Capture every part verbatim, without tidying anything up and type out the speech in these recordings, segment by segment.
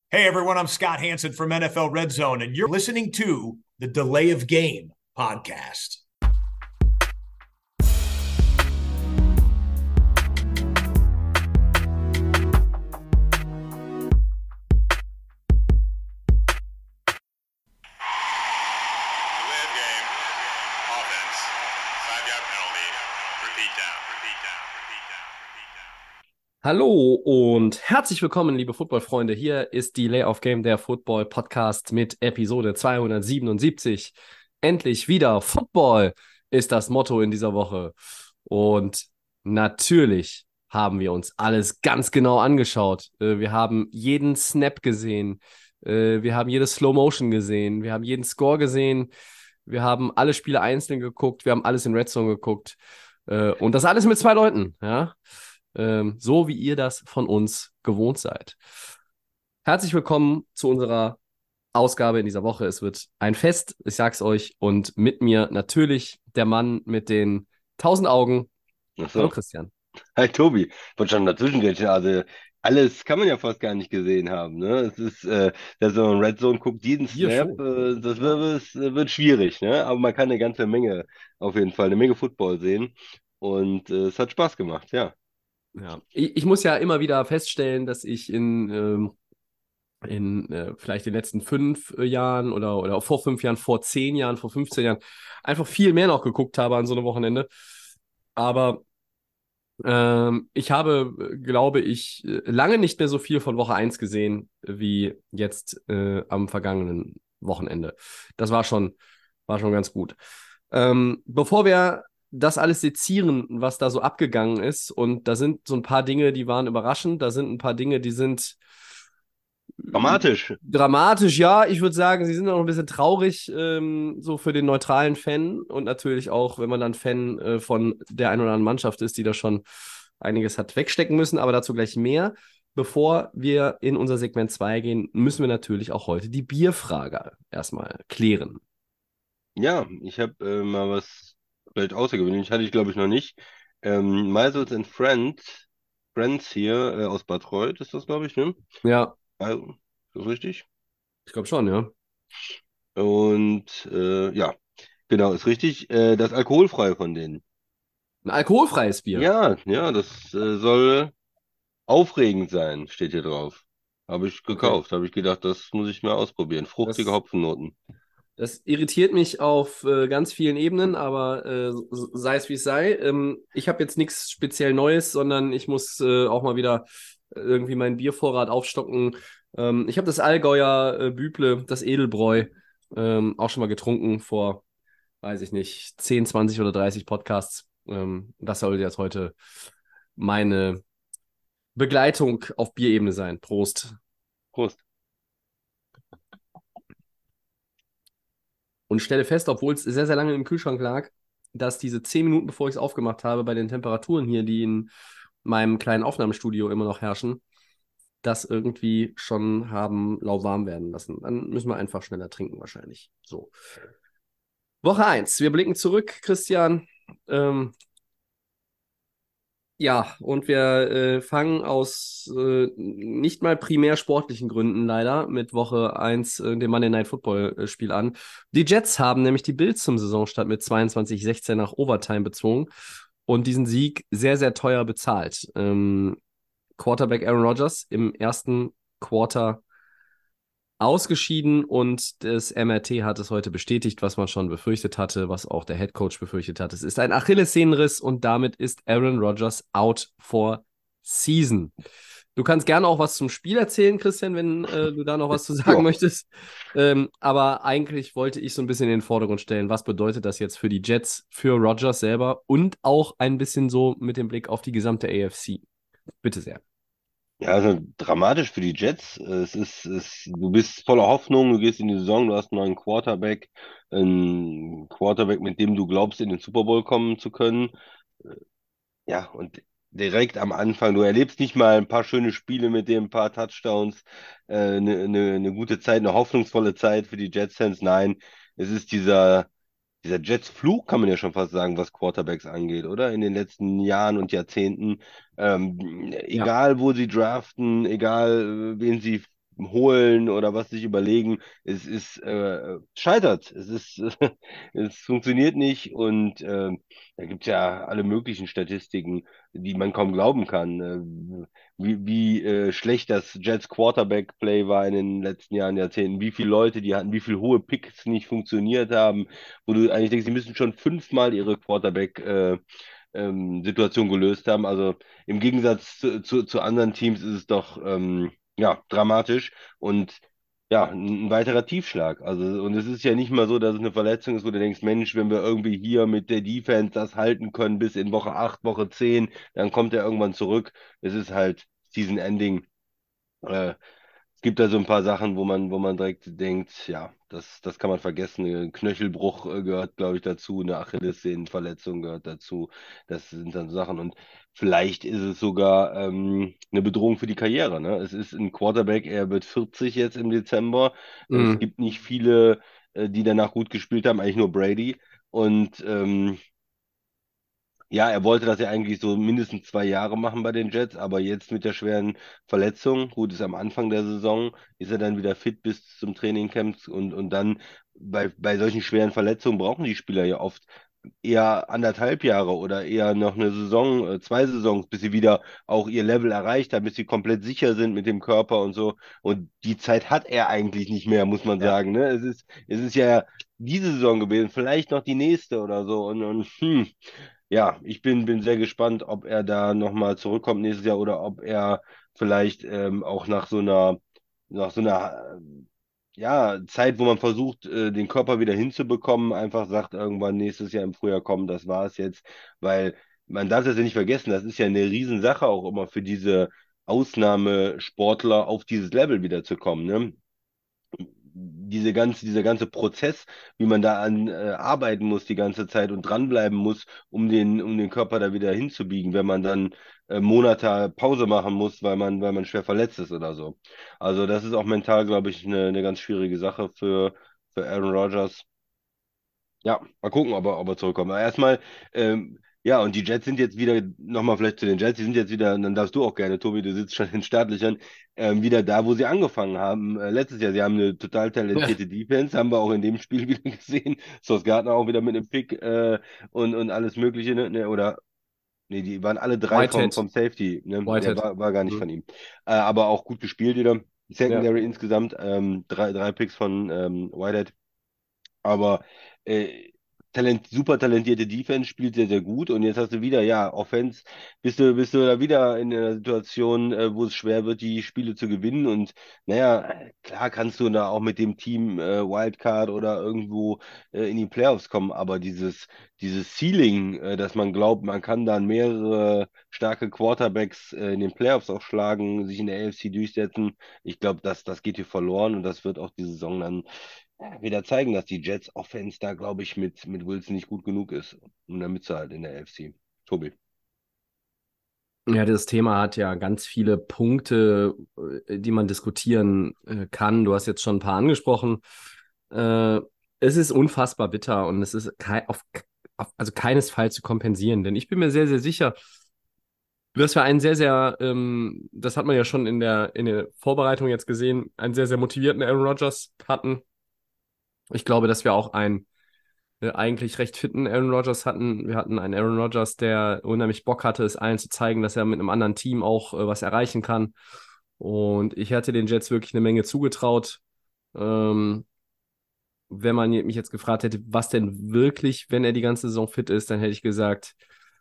Hey everyone, I'm Scott Hansen from N F L Red Zone, and you're listening to the Delay of Game podcast. Hallo und herzlich willkommen, liebe Football-Freunde. Hier ist die Lay-Off Game, der Football-Podcast mit Episode zweihundertsiebenundsiebzig. Endlich wieder Football ist das Motto in dieser Woche. Und natürlich haben wir uns alles ganz genau angeschaut. Wir haben jeden Snap gesehen. Wir haben jede Slow-Motion gesehen. Wir haben jeden Score gesehen. Wir haben alle Spiele einzeln geguckt. Wir haben alles in Red Zone geguckt. Und das alles mit zwei Leuten, ja. Ähm, so wie ihr das von uns gewohnt seid. Herzlich willkommen zu unserer Ausgabe in dieser Woche. Es wird ein Fest, ich sag's euch, und mit mir natürlich der Mann mit den tausend Augen. Ach Hallo so. Christian. Hi Tobi, wollte schon dazwischen grätschen. Also alles kann man ja fast gar nicht gesehen haben. Ne? Es ist, äh, dass man Red Zone guckt, jeden Wir Snap, schon. äh, das wird, es wird schwierig, ne? Aber man kann eine ganze Menge, auf jeden Fall, eine Menge Football sehen. Und äh, es hat Spaß gemacht, ja. Ja. Ich, ich muss ja immer wieder feststellen, dass ich in, ähm, in äh, vielleicht den letzten fünf äh, Jahren oder, oder vor fünf Jahren, vor zehn Jahren, vor fünfzehn Jahren einfach viel mehr noch geguckt habe an so einem Wochenende. Aber Ähm, ich habe, äh, glaube ich, äh, lange nicht mehr so viel von Woche eins gesehen wie jetzt äh, am vergangenen Wochenende. Das war schon, war schon ganz gut. Ähm, bevor wir das alles sezieren, was da so abgegangen ist, und da sind so ein paar Dinge, die waren überraschend, da sind ein paar Dinge, die sind Dramatisch. dramatisch, ja. Ich würde sagen, sie sind auch ein bisschen traurig, ähm, so für den neutralen Fan und natürlich auch, wenn man dann Fan äh, von der einen oder anderen Mannschaft ist, die da schon einiges hat wegstecken müssen, aber dazu gleich mehr. Bevor wir in unser Segment zwei gehen, müssen wir natürlich auch heute die Bierfrage erstmal klären. Ja, ich habe äh, mal was vielleicht außergewöhnlich, hatte ich glaube ich noch nicht. Ähm, Meisels and Friends, Friends hier äh, aus Bayreuth ist das, glaube ich, ne? Ja, Also, ist das richtig? ich glaube schon, ja. Und äh, ja, genau, ist richtig. Äh, das Alkoholfreie von denen. Ein alkoholfreies Bier. Ja, ja, das äh, soll aufregend sein, steht hier drauf. Habe ich Okay. gekauft, habe ich gedacht, das muss ich mal ausprobieren. Fruchtige Das Hopfennoten. Das irritiert mich auf äh, ganz vielen Ebenen, aber äh, sei es wie es sei. Ähm, ich habe jetzt nichts speziell Neues, sondern ich muss äh, auch mal wieder irgendwie meinen Biervorrat aufstocken. Ähm, ich habe das Allgäuer äh, Büble, das Edelbräu, ähm, auch schon mal getrunken vor, weiß ich nicht, zehn, zwanzig oder dreißig Podcasts. Ähm, das soll jetzt heute meine Begleitung auf Bierebene sein. Prost. Prost. Und stelle fest, obwohl es sehr, sehr lange im Kühlschrank lag, dass diese zehn Minuten, bevor ich es aufgemacht habe, bei den Temperaturen hier, die in meinem kleinen Aufnahmestudio immer noch herrschen, das irgendwie schon haben lauwarm werden lassen. Dann müssen wir einfach schneller trinken wahrscheinlich. So. Woche eins. Wir blicken zurück, Christian. Ähm, Ja, und wir äh, fangen aus äh, nicht mal primär sportlichen Gründen leider mit Woche eins äh, dem Monday Night Football äh, Spiel an. Die Jets haben nämlich die Bills zum Saisonstart mit zweiundzwanzig sechzehn nach Overtime bezwungen und diesen Sieg sehr, sehr teuer bezahlt. Ähm, Quarterback Aaron Rodgers im ersten Quarter ausgeschieden und das M R T hat es heute bestätigt, was man schon befürchtet hatte, was auch der Head Coach befürchtet hat. Es ist ein Achillessehnenriss und damit ist Aaron Rodgers out for season. Du kannst gerne auch was zum Spiel erzählen, Christian, wenn äh, du da noch was zu sagen Ja, möchtest. Ähm, aber eigentlich wollte ich so ein bisschen in den Vordergrund stellen, was bedeutet das jetzt für die Jets, für Rodgers selber und auch ein bisschen so mit dem Blick auf die gesamte A F C. Bitte sehr. ja, also dramatisch für die Jets. Es ist, es, du bist voller Hoffnung, du gehst in die Saison, du hast einen neuen Quarterback, einen Quarterback, mit dem du glaubst, in den Super Bowl kommen zu können. Ja, und direkt am Anfang, du erlebst nicht mal ein paar schöne Spiele mit dem, ein paar Touchdowns, eine äh, ne, ne ne gute Zeit, eine hoffnungsvolle Zeit für die Jets-Fans. Nein, es ist dieser, dieser Jets-Fluch, kann man ja schon fast sagen, was Quarterbacks angeht, oder? In den letzten Jahren und Jahrzehnten. Ähm, Ja. egal, wo sie draften, egal, äh, wen sie holen oder was sich überlegen. Es ist äh, scheitert. Es ist es funktioniert nicht und äh, da gibt es ja alle möglichen Statistiken, die man kaum glauben kann. Äh, wie wie äh, schlecht das Jets Quarterback-Play war in den letzten Jahren, Jahrzehnten, wie viele Leute die hatten, wie viele hohe Picks nicht funktioniert haben, wo du eigentlich denkst, sie müssen schon fünfmal ihre Quarterback äh, ähm, Situation gelöst haben. Also im Gegensatz zu, zu, zu anderen Teams ist es doch ähm, ja, dramatisch und ja, ein, ein weiterer Tiefschlag. Also, und es ist ja nicht mal so, dass es eine Verletzung ist, wo du denkst, Mensch, wenn wir irgendwie hier mit der Defense das halten können bis in Woche acht, Woche zehn, dann kommt er irgendwann zurück. Es ist halt Season Ending. Äh, Es gibt da so ein paar Sachen, wo man, wo man direkt denkt, ja, das, das kann man vergessen. Ein Knöchelbruch äh, gehört, glaube ich, dazu, eine Achillessehnenverletzung gehört dazu. Das sind dann so Sachen. Und vielleicht ist es sogar ähm, eine Bedrohung für die Karriere. Ne? Es ist ein Quarterback, er wird vierzig jetzt im Dezember. Es Mhm. gibt nicht viele, äh, die danach gut gespielt haben, eigentlich nur Brady. Und ähm, ja, er wollte das ja eigentlich so mindestens zwei Jahre machen bei den Jets, aber jetzt mit der schweren Verletzung, gut, ist am Anfang der Saison, ist er dann wieder fit bis zum Trainingcamp und, und dann bei, bei solchen schweren Verletzungen brauchen die Spieler ja oft eher anderthalb Jahre oder eher noch eine Saison, äh, zwei Saisons, bis sie wieder auch ihr Level erreicht haben, bis sie komplett sicher sind mit dem Körper und so. Und die Zeit hat er eigentlich nicht mehr, muss man Ja. sagen. Ne? Es ist, es ist ja diese Saison gewesen, vielleicht noch die nächste oder so. Und, und hm, ja, ich bin, bin sehr gespannt, ob er da nochmal zurückkommt nächstes Jahr oder ob er vielleicht ähm, auch nach so einer, nach so einer äh, ja, Zeit, wo man versucht, äh, den Körper wieder hinzubekommen, einfach sagt irgendwann nächstes Jahr im Frühjahr kommen, das war es jetzt, weil man darf das ja nicht vergessen, das ist ja eine Riesensache auch immer für diese Ausnahmesportler auf dieses Level wieder zu kommen, ne? Diese ganze, dieser ganze Prozess, wie man da an äh, arbeiten muss die ganze Zeit und dranbleiben muss, um den, um den Körper da wieder hinzubiegen, wenn man dann äh, Monate Pause machen muss, weil man, weil man schwer verletzt ist oder so. Also das ist auch mental, glaube ich, eine, eine ganz schwierige Sache für, für Aaron Rodgers. Ja, mal gucken, ob er, ob er zurückkommt. Aber erstmal, ähm, ja, und die Jets sind jetzt wieder, nochmal vielleicht zu den Jets, die sind jetzt wieder, und dann darfst du auch gerne, Tobi, du sitzt schon in Startlöchern, ähm, wieder da, wo sie angefangen haben. Äh, letztes Jahr, sie haben eine total Ja, talentierte Defense, haben wir auch in dem Spiel wieder gesehen. Sauce Gardner auch wieder mit einem Pick äh, und, und alles Mögliche, ne? Ne, oder, nee, die waren alle drei vom, Whitehead. vom Safety, ne? Der Whitehead. war, war gar nicht Mhm. von ihm. Äh, aber auch gut gespielt wieder. Ja. Secondary insgesamt, ähm, drei, drei Picks von ähm, Whitehead. Aber äh, Talent, super talentierte Defense spielt sehr, sehr gut. Und jetzt hast du wieder, ja, Offense, bist du, bist du da wieder in einer Situation, äh, wo es schwer wird, die Spiele zu gewinnen. Und naja, klar kannst du da auch mit dem Team äh, Wildcard oder irgendwo äh, in die Playoffs kommen, aber dieses, dieses Ceiling, äh, dass man glaubt, man kann dann mehrere starke Quarterbacks äh, in den Playoffs auch schlagen, sich in der A F C durchsetzen, ich glaube, das, das geht hier verloren und das wird auch die Saison dann wieder zeigen, dass die Jets Offense da, glaube ich, mit, mit Wilson nicht gut genug ist, um da mitzuhalten in der A F C. Tobi. Ja, das Thema hat ja ganz viele Punkte, äh, die man diskutieren äh, kann. Du hast jetzt schon ein paar angesprochen. Äh, Es ist unfassbar bitter und es ist kei auf, auf, also keinesfalls zu kompensieren, denn ich bin mir sehr, sehr sicher, dass wir einen sehr, sehr, ähm, das hat man ja schon in der, in der Vorbereitung jetzt gesehen, einen sehr, sehr motivierten Aaron Rodgers hatten. Ich glaube, dass wir auch einen äh, eigentlich recht fitten Aaron Rodgers hatten. Wir hatten einen Aaron Rodgers, der unheimlich Bock hatte, es allen zu zeigen, dass er mit einem anderen Team auch äh, was erreichen kann. Und ich hatte den Jets wirklich eine Menge zugetraut. Ähm, Wenn man mich jetzt gefragt hätte, was denn wirklich, wenn er die ganze Saison fit ist, dann hätte ich gesagt,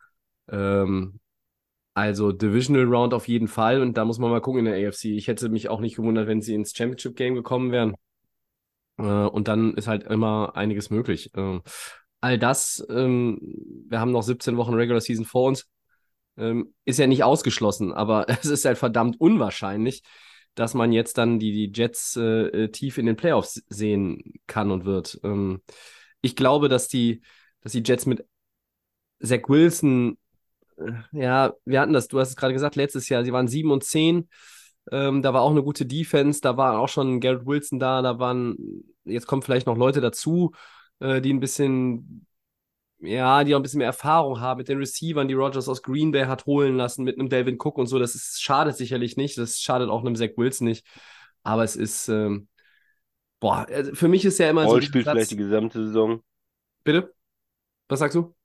ähm, also Divisional Round auf jeden Fall. Und da muss man mal gucken in der A F C. Ich hätte mich auch nicht gewundert, wenn sie ins Championship Game gekommen wären. Äh, und dann ist halt immer einiges möglich. Ähm, all das, ähm, wir haben noch siebzehn Wochen Regular Season vor uns, ähm, ist ja nicht ausgeschlossen, aber es ist halt verdammt unwahrscheinlich, dass man jetzt dann die, die Jets äh, äh, tief in den Playoffs sehen kann und wird. Ähm, ich glaube, dass die, dass die Jets mit Zach Wilson, äh, ja, wir hatten das, du hast es gerade gesagt, letztes Jahr, sie waren sieben und zehn. Ähm, da war auch eine gute Defense, da war auch schon Garrett Wilson da, da waren, jetzt kommen vielleicht noch Leute dazu, äh, die ein bisschen, ja, die auch ein bisschen mehr Erfahrung haben mit den Receivern, die Rodgers aus Green Bay hat holen lassen, mit einem Dalvin Cook und so. Das ist, schadet sicherlich nicht, das schadet auch einem Zach Wilson nicht. Aber es ist, ähm, boah, also für mich ist ja immer so Hall dieser spielt vielleicht Satz, die gesamte Saison. bitte, was sagst du?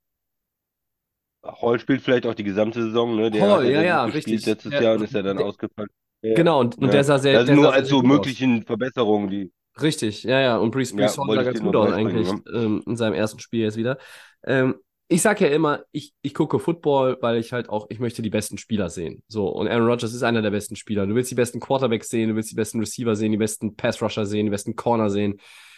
Hall spielt vielleicht auch die gesamte Saison, ne? Der hat Hall, ja ja, sehr gut ja, gespielt richtig. letztes Der, Jahr und ist ja dann der, ausgefallen. Ja, genau, und, und der ja. sah sehr, Das der sind sah nur sehr, als sehr so gut aus. möglichen Verbesserungen, die, Richtig, ja, ja. Und Brees, Brees ja, Hall sah wollte ich ganz dir gut nur aus beibringen. eigentlich Ne? ähm, in seinem ersten Spiel jetzt wieder. Ähm, ich sage ja immer, ich, ich gucke Football, weil ich halt auch, ich möchte die besten Spieler sehen. So, und Aaron Rodgers ist einer der besten Spieler. Du willst die besten Quarterbacks sehen, du willst die besten Receiver sehen, die besten Pass-Rusher sehen, die besten Corner sehen.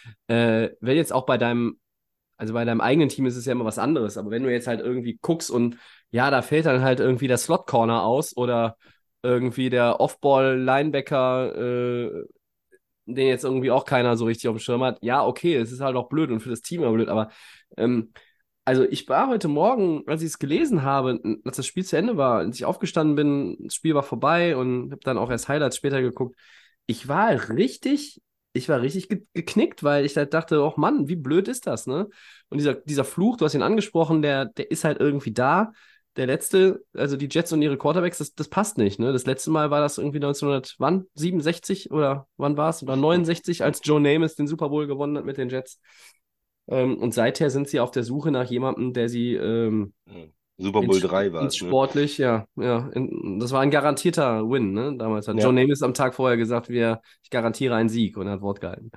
Äh, wenn jetzt auch bei deinem, also bei deinem eigenen Team ist es ja immer was anderes, aber wenn du jetzt halt irgendwie guckst und ja, da fällt dann halt irgendwie der Slot-Corner aus oder irgendwie der Off-Ball-Linebacker, äh, den jetzt irgendwie auch keiner so richtig auf dem Schirm hat. Ja, okay, es ist halt auch blöd und für das Team auch blöd, aber ähm, also ich war heute Morgen, als ich es gelesen habe, als das Spiel zu Ende war, als ich aufgestanden bin, das Spiel war vorbei und habe dann auch erst Highlights später geguckt. Ich war richtig, ich war richtig ge geknickt, weil ich halt dachte, oh Mann, wie blöd ist das, ne? Und dieser, dieser Fluch, du hast ihn angesprochen, der, der ist halt irgendwie da. Der letzte, also die Jets und ihre Quarterbacks, das, das passt nicht, ne? Das letzte Mal war das irgendwie neunzehnhundertsiebenundsechzig oder wann war es? Oder neunundsechzig, als Joe Namath den Super Bowl gewonnen hat mit den Jets. Ähm, und seither sind sie auf der Suche nach jemandem, der sie ähm, Ja. Super Bowl ins, drei war ins es, ne? sportlich, ja, ja, in, das war ein garantierter Win, ne? Damals hat Joe Ja. Namath am Tag vorher gesagt, wir, ich garantiere einen Sieg und hat Wort gehalten.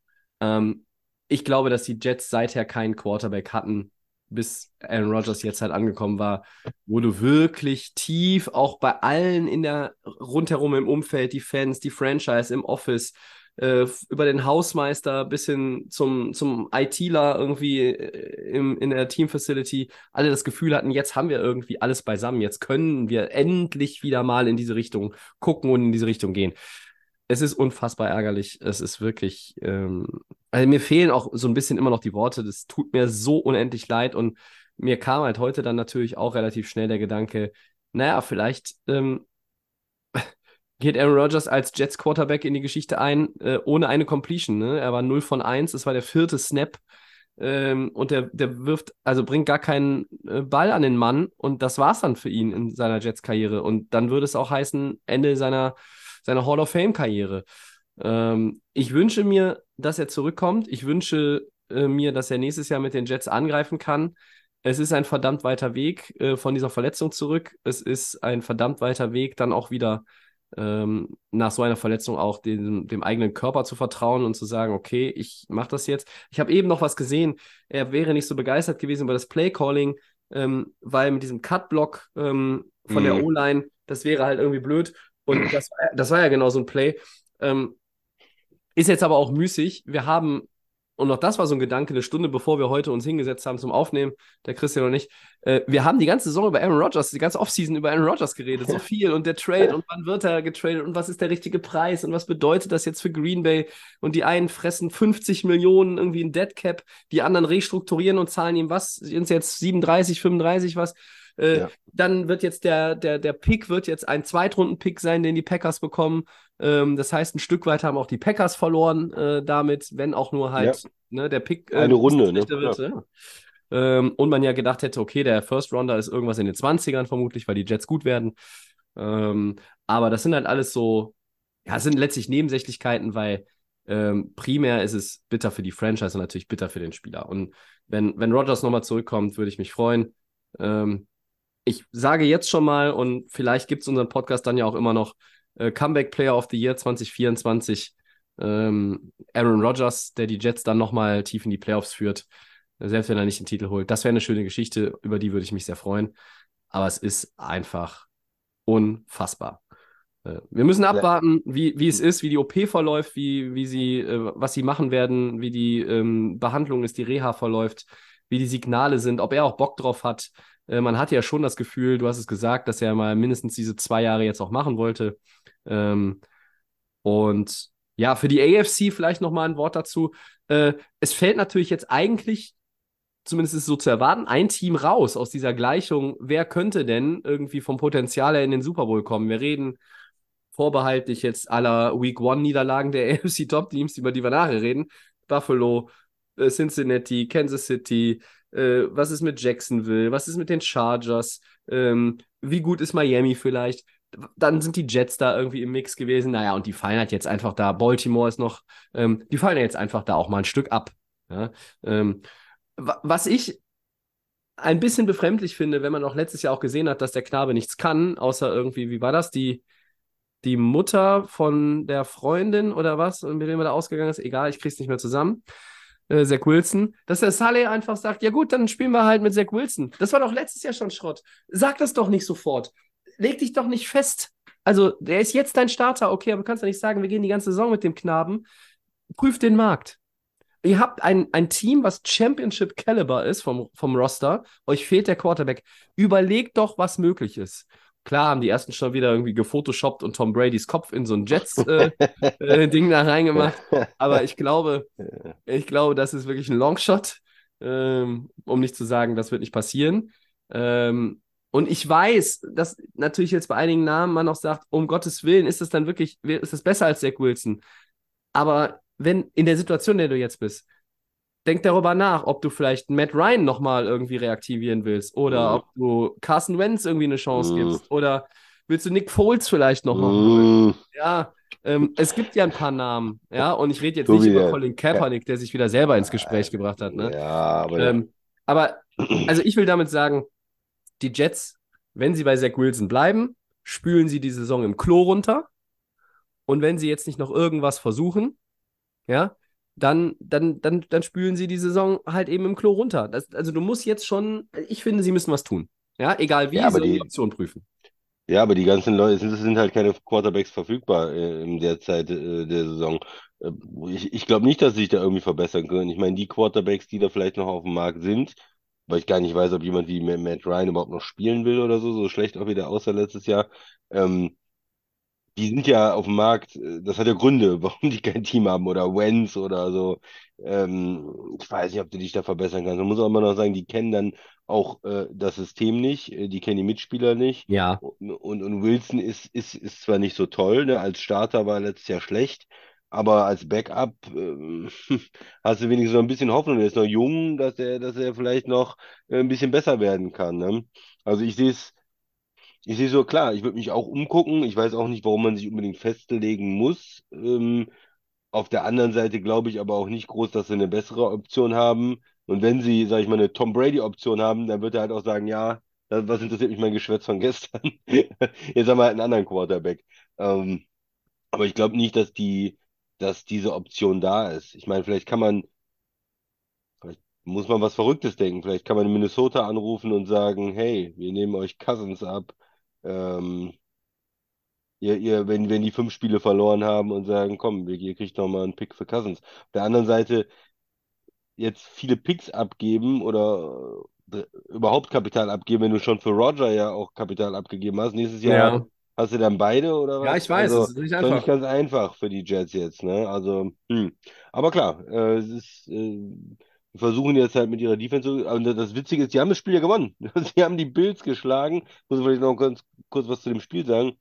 Ähm, ich glaube, dass die Jets seither keinen Quarterback hatten, bis Aaron Rodgers jetzt halt angekommen war, wo du wirklich tief, auch bei allen in der rundherum im Umfeld, die Fans, die Franchise, im Office, äh, über den Hausmeister bis hin zum, zum ITler irgendwie äh, im, in der Teamfacility, alle das Gefühl hatten, jetzt haben wir irgendwie alles beisammen, jetzt können wir endlich wieder mal in diese Richtung gucken und in diese Richtung gehen. Es ist unfassbar ärgerlich. Es ist wirklich, ähm, also mir fehlen auch so ein bisschen immer noch die Worte. Das tut mir so unendlich leid. Und mir kam halt heute dann natürlich auch relativ schnell der Gedanke, naja, vielleicht ähm, geht Aaron Rodgers als Jets Quarterback in die Geschichte ein, äh, ohne eine Completion. Ne? Er war null von eins, es war der vierte Snap. Ähm, und der, der wirft, also bringt gar keinen äh, Ball an den Mann. Und das war's dann für ihn in seiner Jets-Karriere. Und dann würde es auch heißen, Ende seiner, seiner Hall of Fame-Karriere. Ähm, ich wünsche mir, dass er zurückkommt. Ich wünsche äh, mir, dass er nächstes Jahr mit den Jets angreifen kann. Es ist ein verdammt weiter Weg äh, von dieser Verletzung zurück. Es ist ein verdammt weiter Weg, dann auch wieder ähm, nach so einer Verletzung auch dem, dem eigenen Körper zu vertrauen und zu sagen, okay, ich mache das jetzt. Ich habe eben noch was gesehen. Er wäre nicht so begeistert gewesen über das Play-Calling, ähm, weil mit diesem Cut-Block ähm, von der Mhm. O-Line, das wäre halt irgendwie blöd. Und das, das war ja genau so ein Play. Ähm, ist jetzt aber auch müßig. Wir haben, und auch das war so ein Gedanke, eine Stunde bevor wir heute uns hingesetzt haben zum Aufnehmen, der Christian und ich, äh, wir haben die ganze Saison über Aaron Rodgers, die ganze Offseason über Aaron Rodgers geredet, so viel und der Trade und wann wird er getradet und was ist der richtige Preis und was bedeutet das jetzt für Green Bay und die einen fressen fünfzig Millionen irgendwie in Dead Cap, die anderen restrukturieren und zahlen ihm was, sind es jetzt siebenunddreißig, fünfunddreißig was, äh, Ja. dann wird jetzt der, der, der Pick wird jetzt ein Zweitrunden-Pick sein, den die Packers bekommen. Ähm, das heißt, ein Stück weit haben auch die Packers verloren äh, damit, wenn auch nur Ja. halt ne, der Pick äh, Eine ein bisschen Runde, ne? schlechter wird. Ja. Ja. Ähm, und man ja gedacht hätte, okay, der First Rounder ist irgendwas in den Zwanzigern vermutlich, weil die Jets gut werden. Ähm, aber das sind halt alles so, ja, es sind letztlich Nebensächlichkeiten, weil ähm, primär ist es bitter für die Franchise und natürlich bitter für den Spieler. Und wenn, wenn Rodgers nochmal zurückkommt, würde ich mich freuen. Ähm, ich sage jetzt schon mal, und vielleicht gibt es unseren Podcast dann ja auch immer noch, äh, Comeback Player of the Year zwanzig vierundzwanzig, ähm, Aaron Rodgers, der die Jets dann nochmal tief in die Playoffs führt, äh, selbst wenn er nicht den Titel holt. Das wäre eine schöne Geschichte, über die würde ich mich sehr freuen. Aber es ist einfach unfassbar. Äh, wir müssen Ja. abwarten, wie, wie es ist, wie die O P verläuft, wie, wie sie, äh, was sie machen werden, wie die ähm, Behandlung ist, die Reha verläuft, wie die Signale sind, ob er auch Bock drauf hat. Äh, man hatte ja schon das Gefühl, du hast es gesagt, dass er mal mindestens diese zwei Jahre jetzt auch machen wollte. Ähm, und ja, für die A F C vielleicht nochmal ein Wort dazu. Äh, es fällt natürlich jetzt eigentlich, zumindest ist es so zu erwarten, ein Team raus aus dieser Gleichung. Wer könnte denn irgendwie vom Potenzial her in den Super Bowl kommen? Wir reden vorbehaltlich jetzt aller Week One Niederlagen der A F C Top Teams, über die wir nachher reden. Buffalo, äh, Cincinnati, Kansas City, äh, was ist mit Jacksonville, was ist mit den Chargers, ähm, wie gut ist Miami vielleicht? Dann sind die Jets da irgendwie im Mix gewesen. Naja, und die fallen halt jetzt einfach da. Baltimore ist noch, ähm, die fallen jetzt einfach da auch mal ein Stück ab. Ja? Ähm, was ich ein bisschen befremdlich finde, wenn man auch letztes Jahr auch gesehen hat, dass der Knabe nichts kann, außer irgendwie, wie war das, die, die Mutter von der Freundin oder was, mit dem er da ausgegangen ist, egal, ich krieg's nicht mehr zusammen, äh, Zach Wilson, dass der Saleh einfach sagt, ja gut, dann spielen wir halt mit Zach Wilson. Das war doch letztes Jahr schon Schrott. Sag das doch nicht sofort. Leg dich doch nicht fest. Also, der ist jetzt dein Starter, okay, aber du kannst ja nicht sagen, wir gehen die ganze Saison mit dem Knaben. Prüf den Markt. Ihr habt ein, ein Team, was Championship-Caliber ist vom, vom Roster. Euch fehlt der Quarterback. Überlegt doch, was möglich ist. Klar haben die ersten schon wieder irgendwie gefotoshoppt und Tom Bradys Kopf in so ein Jets-Ding äh, äh, da reingemacht. Aber ich glaube, ich glaube, das ist wirklich ein Longshot, ähm, um nicht zu sagen, das wird nicht passieren. Ähm, und ich weiß, dass natürlich jetzt bei einigen Namen man auch sagt, um Gottes Willen, ist das dann wirklich, ist das besser als Zach Wilson? Aber wenn in der Situation, in der du jetzt bist, denk darüber nach, ob du vielleicht Matt Ryan nochmal irgendwie reaktivieren willst oder Mm. ob du Carson Wentz irgendwie eine Chance Mm. gibst oder willst du Nick Foles vielleicht noch mal Mm. holen? Ja, ähm, es gibt ja ein paar Namen, ja, und ich rede jetzt nicht Tobi, über der- Colin Kaepernick, der sich wieder selber ins Gespräch gebracht hat, ne? Ja, aber der, Ähm, aber, also ich will damit sagen, die Jets, wenn sie bei Zach Wilson bleiben, spülen sie die Saison im Klo runter. Und wenn sie jetzt nicht noch irgendwas versuchen, ja, dann, dann, dann, dann spülen sie die Saison halt eben im Klo runter. Das, also du musst jetzt schon, ich finde, sie müssen was tun. Ja, egal wie, Ja, aber sie sollen die die- Option prüfen. ja, aber die ganzen Leute, es sind, es sind halt keine Quarterbacks verfügbar äh, in der Zeit äh, der Saison. Äh, ich ich glaube nicht, dass sie sich da irgendwie verbessern können. Ich meine, die Quarterbacks, die da vielleicht noch auf dem Markt sind, weil ich gar nicht weiß, ob jemand wie Matt Ryan überhaupt noch spielen will oder so, so schlecht auch wieder aussah letztes Jahr. Ähm, Die sind ja auf dem Markt, äh, das hat ja Gründe, warum die kein Team haben oder Wentz oder so. Ähm, ich weiß nicht, ob du dich da verbessern kannst. Man muss auch immer noch sagen, die kennen dann auch äh, das System nicht, äh, die kennen die Mitspieler nicht. Ja. Und, und, und Wilson ist, ist, ist zwar nicht so toll, ne? Als Starter war er letztes Jahr schlecht, aber als Backup ähm, hast du wenigstens noch ein bisschen Hoffnung. Er ist noch jung, dass er, dass er vielleicht noch äh, ein bisschen besser werden kann. Ne? Also ich sehe es. Ich sehe so, klar, ich würde mich auch umgucken. Ich weiß auch nicht, warum man sich unbedingt festlegen muss. Ähm, auf der anderen Seite glaube ich aber auch nicht groß, dass sie eine bessere Option haben. Und wenn sie, sage ich mal, eine Tom Brady-Option haben, dann wird er halt auch sagen, ja, das, was interessiert mich mein Geschwätz von gestern? Jetzt haben wir halt einen anderen Quarterback. Ähm, aber ich glaube nicht, dass die, dass diese Option da ist. Ich meine, vielleicht kann man, vielleicht muss man was Verrücktes denken. Vielleicht kann man in Minnesota anrufen und sagen, hey, wir nehmen euch Cousins ab. Ähm, Ihr, ihr, wenn, wenn die fünf Spiele verloren haben und sagen, komm, wir- ihr kriegt noch mal einen Pick für Cousins. Auf der anderen Seite jetzt viele Picks abgeben oder äh, überhaupt Kapital abgeben, wenn du schon für Roger ja auch Kapital abgegeben hast. Nächstes Jahr Ja. hast du dann beide oder Ja, was? ich weiß, Also es ist nicht ist doch nicht einfach. ganz einfach für die Jets jetzt, ne? Also, hm. Aber klar, äh, es ist, äh, wir versuchen jetzt halt mit ihrer Defense, zu- und das Witzige ist, die haben das Spiel ja gewonnen. Sie haben die Bills geschlagen. Muss ich vielleicht noch ganz kurz was zu dem Spiel sagen,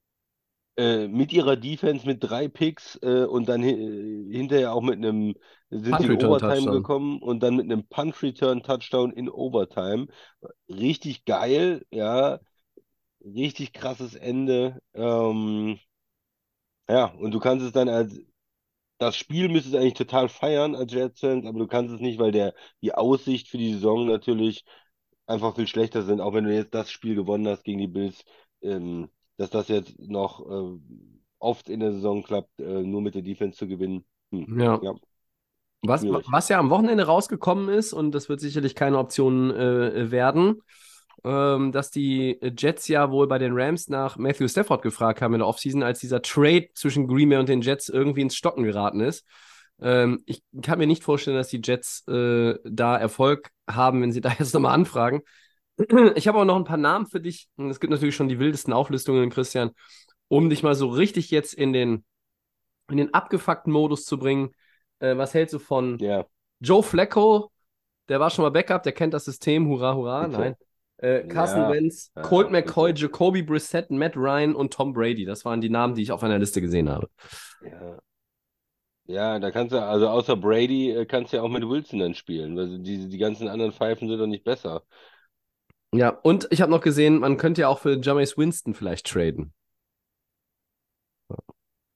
äh, mit ihrer Defense mit drei Picks äh, und dann hi äh, hinterher auch mit einem, sind sie Punt in Return Overtime Touchdown. gekommen und dann mit einem Punt Return Touchdown in Overtime. Richtig geil, ja, richtig krasses Ende. Ähm, ja, und du kannst es dann als, das Spiel müsstest du eigentlich total feiern als Jets-Fans, aber du kannst es nicht, weil der, die Aussicht für die Saison natürlich einfach viel schlechter sind, auch wenn du jetzt das Spiel gewonnen hast gegen die Bills, ähm, dass das jetzt noch äh, oft in der Saison klappt, äh, nur mit der Defense zu gewinnen. Hm. Ja. Ja, Was, schwierig. was ja am Wochenende rausgekommen ist, und das wird sicherlich keine Option äh, werden, ähm, dass die Jets ja wohl bei den Rams nach Matthew Stafford gefragt haben in der Offseason, als dieser Trade zwischen Green Bay und den Jets irgendwie ins Stocken geraten ist. Ähm, ich kann mir nicht vorstellen, dass die Jets äh, da Erfolg haben, wenn sie da jetzt nochmal anfragen. Ich habe auch noch ein paar Namen für dich. Und es gibt natürlich schon die wildesten Auflistungen, Christian, um dich mal so richtig jetzt in den, in den abgefuckten Modus zu bringen. Äh, was hältst du von Ja, Joe Flacco? Der war schon mal Backup, der kennt das System. Hurra, hurra. bitte. Nein. Äh, Carson Ja, Wentz, ja, Colt McCoy, bitte. Jacoby Brissett, Matt Ryan und Tom Brady. Das waren die Namen, die ich auf einer Liste gesehen habe. Ja. Ja, da kannst du, also außer Brady, äh, kannst du ja auch mit Wilson dann spielen, weil die, die ganzen anderen Pfeifen sind doch nicht besser. Ja, und ich habe noch gesehen, man könnte ja auch für Jameis Winston vielleicht traden.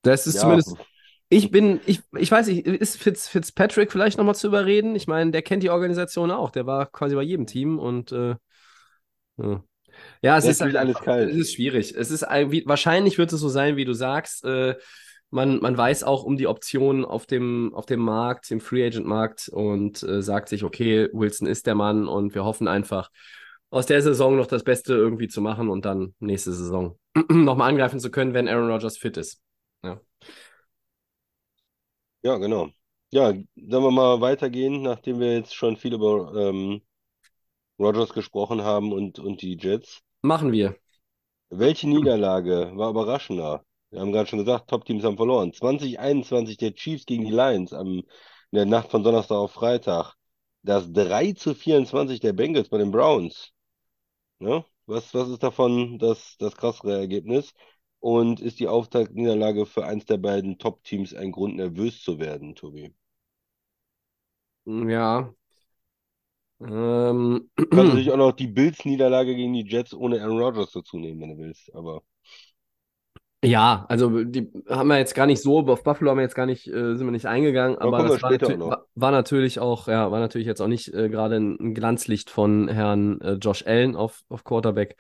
Das ist Ja, zumindest. Ich bin, ich, ich weiß nicht, ist Fitz, Fitzpatrick vielleicht nochmal zu überreden? Ich meine, der kennt die Organisation auch. Der war quasi bei jedem Team und äh, ja. Ja, es der ist halt spielt alles einfach, es kalt. ist schwierig. Es ist irgendwie, wahrscheinlich wird es so sein, wie du sagst. Äh, man, man weiß auch um die Optionen auf dem, auf dem Markt, im Free Agent Markt und äh, sagt sich, okay, Wilson ist der Mann und wir hoffen einfach, aus der Saison noch das Beste irgendwie zu machen und dann nächste Saison nochmal angreifen zu können, wenn Aaron Rodgers fit ist. Ja. Ja, genau. Ja, sollen wir mal weitergehen, nachdem wir jetzt schon viel über ähm, Rodgers gesprochen haben und, und die Jets. Machen wir. Welche Niederlage war überraschender? Wir haben gerade schon gesagt, Top-Teams haben verloren. zwanzig einundzwanzig der Chiefs gegen die Lions am, in der Nacht von Donnerstag auf Freitag. Das drei zu vierundzwanzig der Bengals bei den Browns. Ja? Was, was ist davon das, das krassere Ergebnis? Und ist die Auftaktniederlage für eins der beiden Top-Teams ein Grund, nervös zu werden, Tobi? Ja. Ähm, Du kannst natürlich auch noch die Bills-Niederlage gegen die Jets ohne Aaron Rodgers dazu nehmen, wenn du willst. Aber Ja, also die haben wir jetzt gar nicht so, auf Buffalo haben wir jetzt gar nicht, äh, sind wir nicht eingegangen, da aber kommen wir das war, später auch natür noch. war, war natürlich auch, ja, war natürlich jetzt auch nicht äh, gerade ein, ein Glanzlicht von Herrn äh, Josh Allen auf, auf Quarterback.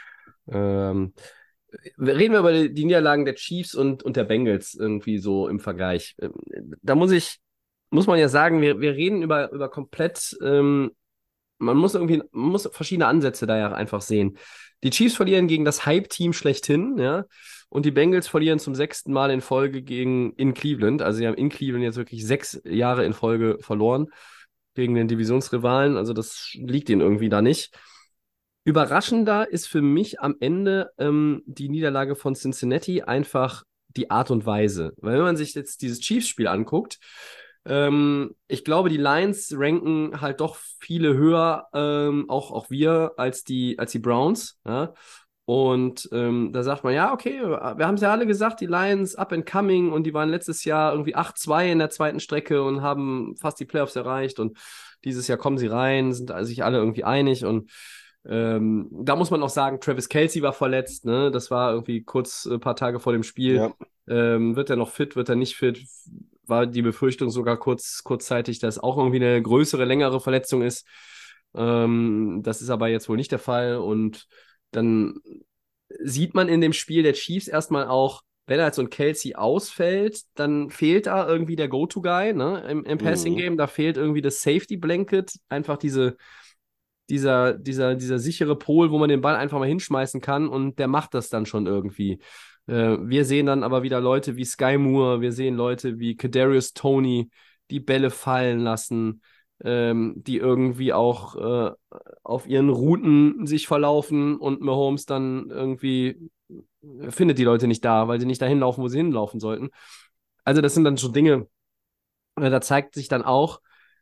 Ähm, reden wir über die, die Niederlagen der Chiefs und, und der Bengals irgendwie so im Vergleich. Ähm, da muss ich, muss man ja sagen, wir, wir reden über, über komplett, ähm, man muss irgendwie, man muss verschiedene Ansätze da ja einfach sehen. Die Chiefs verlieren gegen das Hype-Team schlechthin, ja, und die Bengals verlieren zum sechsten Mal in Folge gegen in Cleveland. Also sie haben in Cleveland jetzt wirklich sechs Jahre in Folge verloren gegen den Divisionsrivalen. Also das liegt ihnen irgendwie da nicht. Überraschender ist für mich am Ende ähm, die Niederlage von Cincinnati einfach die Art und Weise. Weil wenn man sich jetzt dieses Chiefs-Spiel anguckt, ähm, ich glaube, die Lions ranken halt doch viele höher, ähm, auch, auch wir, als die, als die Browns. Ja? Und ähm, da sagt man, ja, okay, wir haben es ja alle gesagt, die Lions up and coming und die waren letztes Jahr irgendwie acht zwei in der zweiten Strecke und haben fast die Playoffs erreicht und dieses Jahr kommen sie rein, sind sich alle irgendwie einig und ähm, da muss man auch sagen, Travis Kelce war verletzt, ne? Das war irgendwie kurz ein paar Tage vor dem Spiel. Ja, Ähm, wird er noch fit, wird er nicht fit? War die Befürchtung sogar kurz, kurzzeitig, dass auch irgendwie eine größere, längere Verletzung ist. Ähm, das ist aber jetzt wohl nicht der Fall. Und dann sieht man in dem Spiel der Chiefs erstmal auch, wenn halt so ein Kelce ausfällt, dann fehlt da irgendwie der Go-To-Guy, ne, im, im mhm. Passing-Game. Da fehlt irgendwie das Safety-Blanket, einfach diese, dieser, dieser, dieser sichere Pol, wo man den Ball einfach mal hinschmeißen kann und der macht das dann schon irgendwie. Äh, wir sehen dann aber wieder Leute wie Sky Moore, wir sehen Leute wie Kadarius Toney, die Bälle fallen lassen, ähm, die irgendwie auch äh, auf ihren Routen sich verlaufen und Mahomes dann irgendwie findet die Leute nicht da, weil sie nicht dahin laufen, wo sie hinlaufen sollten. Also das sind dann schon Dinge, äh, da zeigt sich dann auch,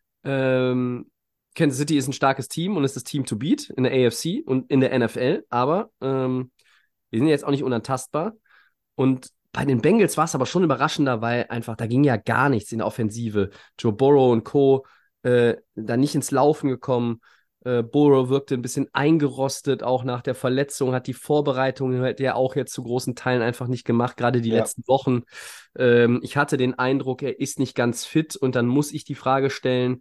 ähm, Kansas City ist ein starkes Team und ist das Team to beat in der A F C und in der N F L, aber ähm, wir sind jetzt auch nicht unantastbar. Und bei den Bengals war es aber schon überraschender, weil einfach da ging ja gar nichts in der Offensive. Joe Burrow und Co. Äh, da nicht ins Laufen gekommen. Äh, Burrow wirkte ein bisschen eingerostet, auch nach der Verletzung, hat die Vorbereitung hat er auch jetzt zu großen Teilen einfach nicht gemacht, gerade die Ja, letzten Wochen. Ähm, ich hatte den Eindruck, er ist nicht ganz fit und dann muss ich die Frage stellen,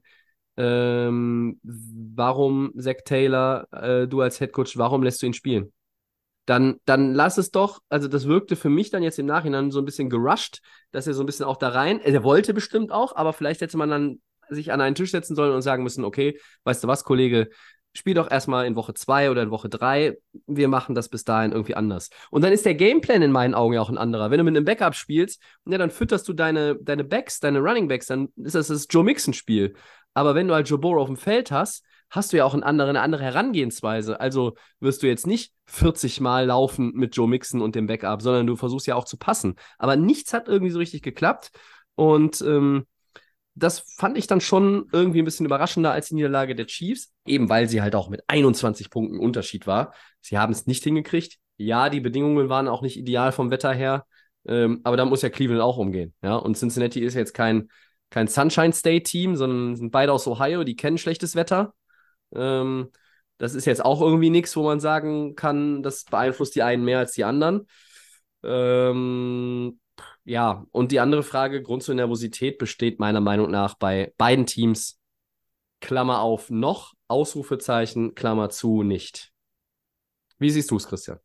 ähm, warum Zach Taylor, äh, du als Headcoach, warum lässt du ihn spielen? Dann, dann lass es doch, also das wirkte für mich dann jetzt im Nachhinein so ein bisschen gerusht, dass er so ein bisschen auch da rein, er wollte bestimmt auch, aber vielleicht hätte man dann sich an einen Tisch setzen sollen und sagen müssen, okay, weißt du was, Kollege, spiel doch erstmal in Woche zwei oder in Woche drei, wir machen das bis dahin irgendwie anders. Und dann ist der Gameplan in meinen Augen ja auch ein anderer. Wenn du mit einem Backup spielst, ja, dann fütterst du deine, deine Backs, deine Running Backs, dann ist das das Joe Mixon-Spiel. Aber wenn du halt Joe Burrow auf dem Feld hast, hast du ja auch eine andere, eine andere Herangehensweise. Also wirst du jetzt nicht vierzig Mal laufen mit Joe Mixon und dem Backup, sondern du versuchst ja auch zu passen. Aber nichts hat irgendwie so richtig geklappt. Und ähm, das fand ich dann schon irgendwie ein bisschen überraschender als die Niederlage der Chiefs, eben weil sie halt auch mit einundzwanzig Punkten Unterschied war. Sie haben es nicht hingekriegt. Ja, die Bedingungen waren auch nicht ideal vom Wetter her, ähm, aber da muss ja Cleveland auch umgehen. Ja? Und Cincinnati ist jetzt kein, kein Sunshine State Team, sondern sind beide aus Ohio, die kennen schlechtes Wetter. Ähm, das ist jetzt auch irgendwie nichts, wo man sagen kann, das beeinflusst die einen mehr als die anderen. Ähm, Ja, und die andere Frage, Grund zur Nervosität besteht meiner Meinung nach bei beiden Teams, Klammer auf, noch, Ausrufezeichen, Klammer zu, nicht. Wie siehst du es, Christian?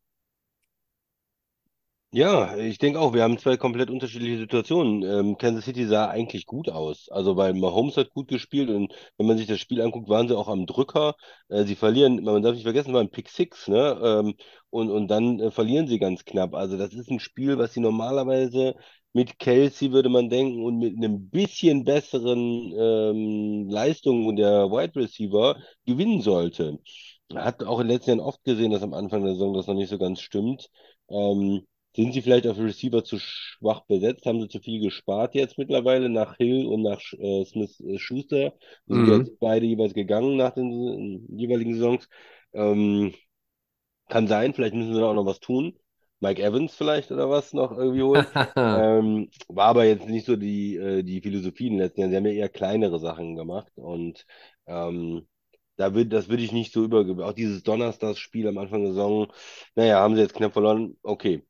Ja, ich denke auch, wir haben zwei komplett unterschiedliche Situationen. Ähm, Kansas City sah eigentlich gut aus. Also, weil Mahomes hat gut gespielt und wenn man sich das Spiel anguckt, waren sie auch am Drücker. Äh, sie verlieren, man darf nicht vergessen, war ein Pick Six, ne? Ähm, und, und dann äh, verlieren sie ganz knapp. Also, das ist ein Spiel, was sie normalerweise mit Kelsey, würde man denken, und mit einem bisschen besseren ähm, Leistungen der Wide Receiver gewinnen sollte. Hat auch in den letzten Jahren oft gesehen, dass am Anfang der Saison das noch nicht so ganz stimmt. Ähm, Sind sie vielleicht auf Receiver zu schwach besetzt? Haben sie zu viel gespart jetzt mittlerweile nach Hill und nach äh, Smith äh, Schuster? Die sind ja Mhm. jetzt beide jeweils gegangen nach den äh, jeweiligen Saisons. Ähm, Kann sein, vielleicht müssen sie da auch noch was tun. Mike Evans vielleicht oder was noch irgendwie holen. Ähm, war aber jetzt nicht so die, äh, die Philosophie in den letzten Jahren. Sie haben ja eher kleinere Sachen gemacht und ähm, da würd, das würde ich nicht so über. Auch dieses Donnerstagsspiel am Anfang der Saison, naja, haben sie jetzt knapp verloren. Okay,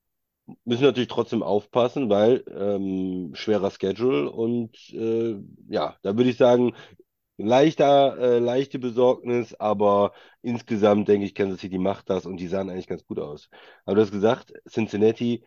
müssen natürlich trotzdem aufpassen, weil ähm, schwerer Schedule und äh, ja, da würde ich sagen, leichter, äh, leichte Besorgnis, aber insgesamt denke ich, Kansas City macht das und die sahen eigentlich ganz gut aus. Aber du hast gesagt, Cincinnati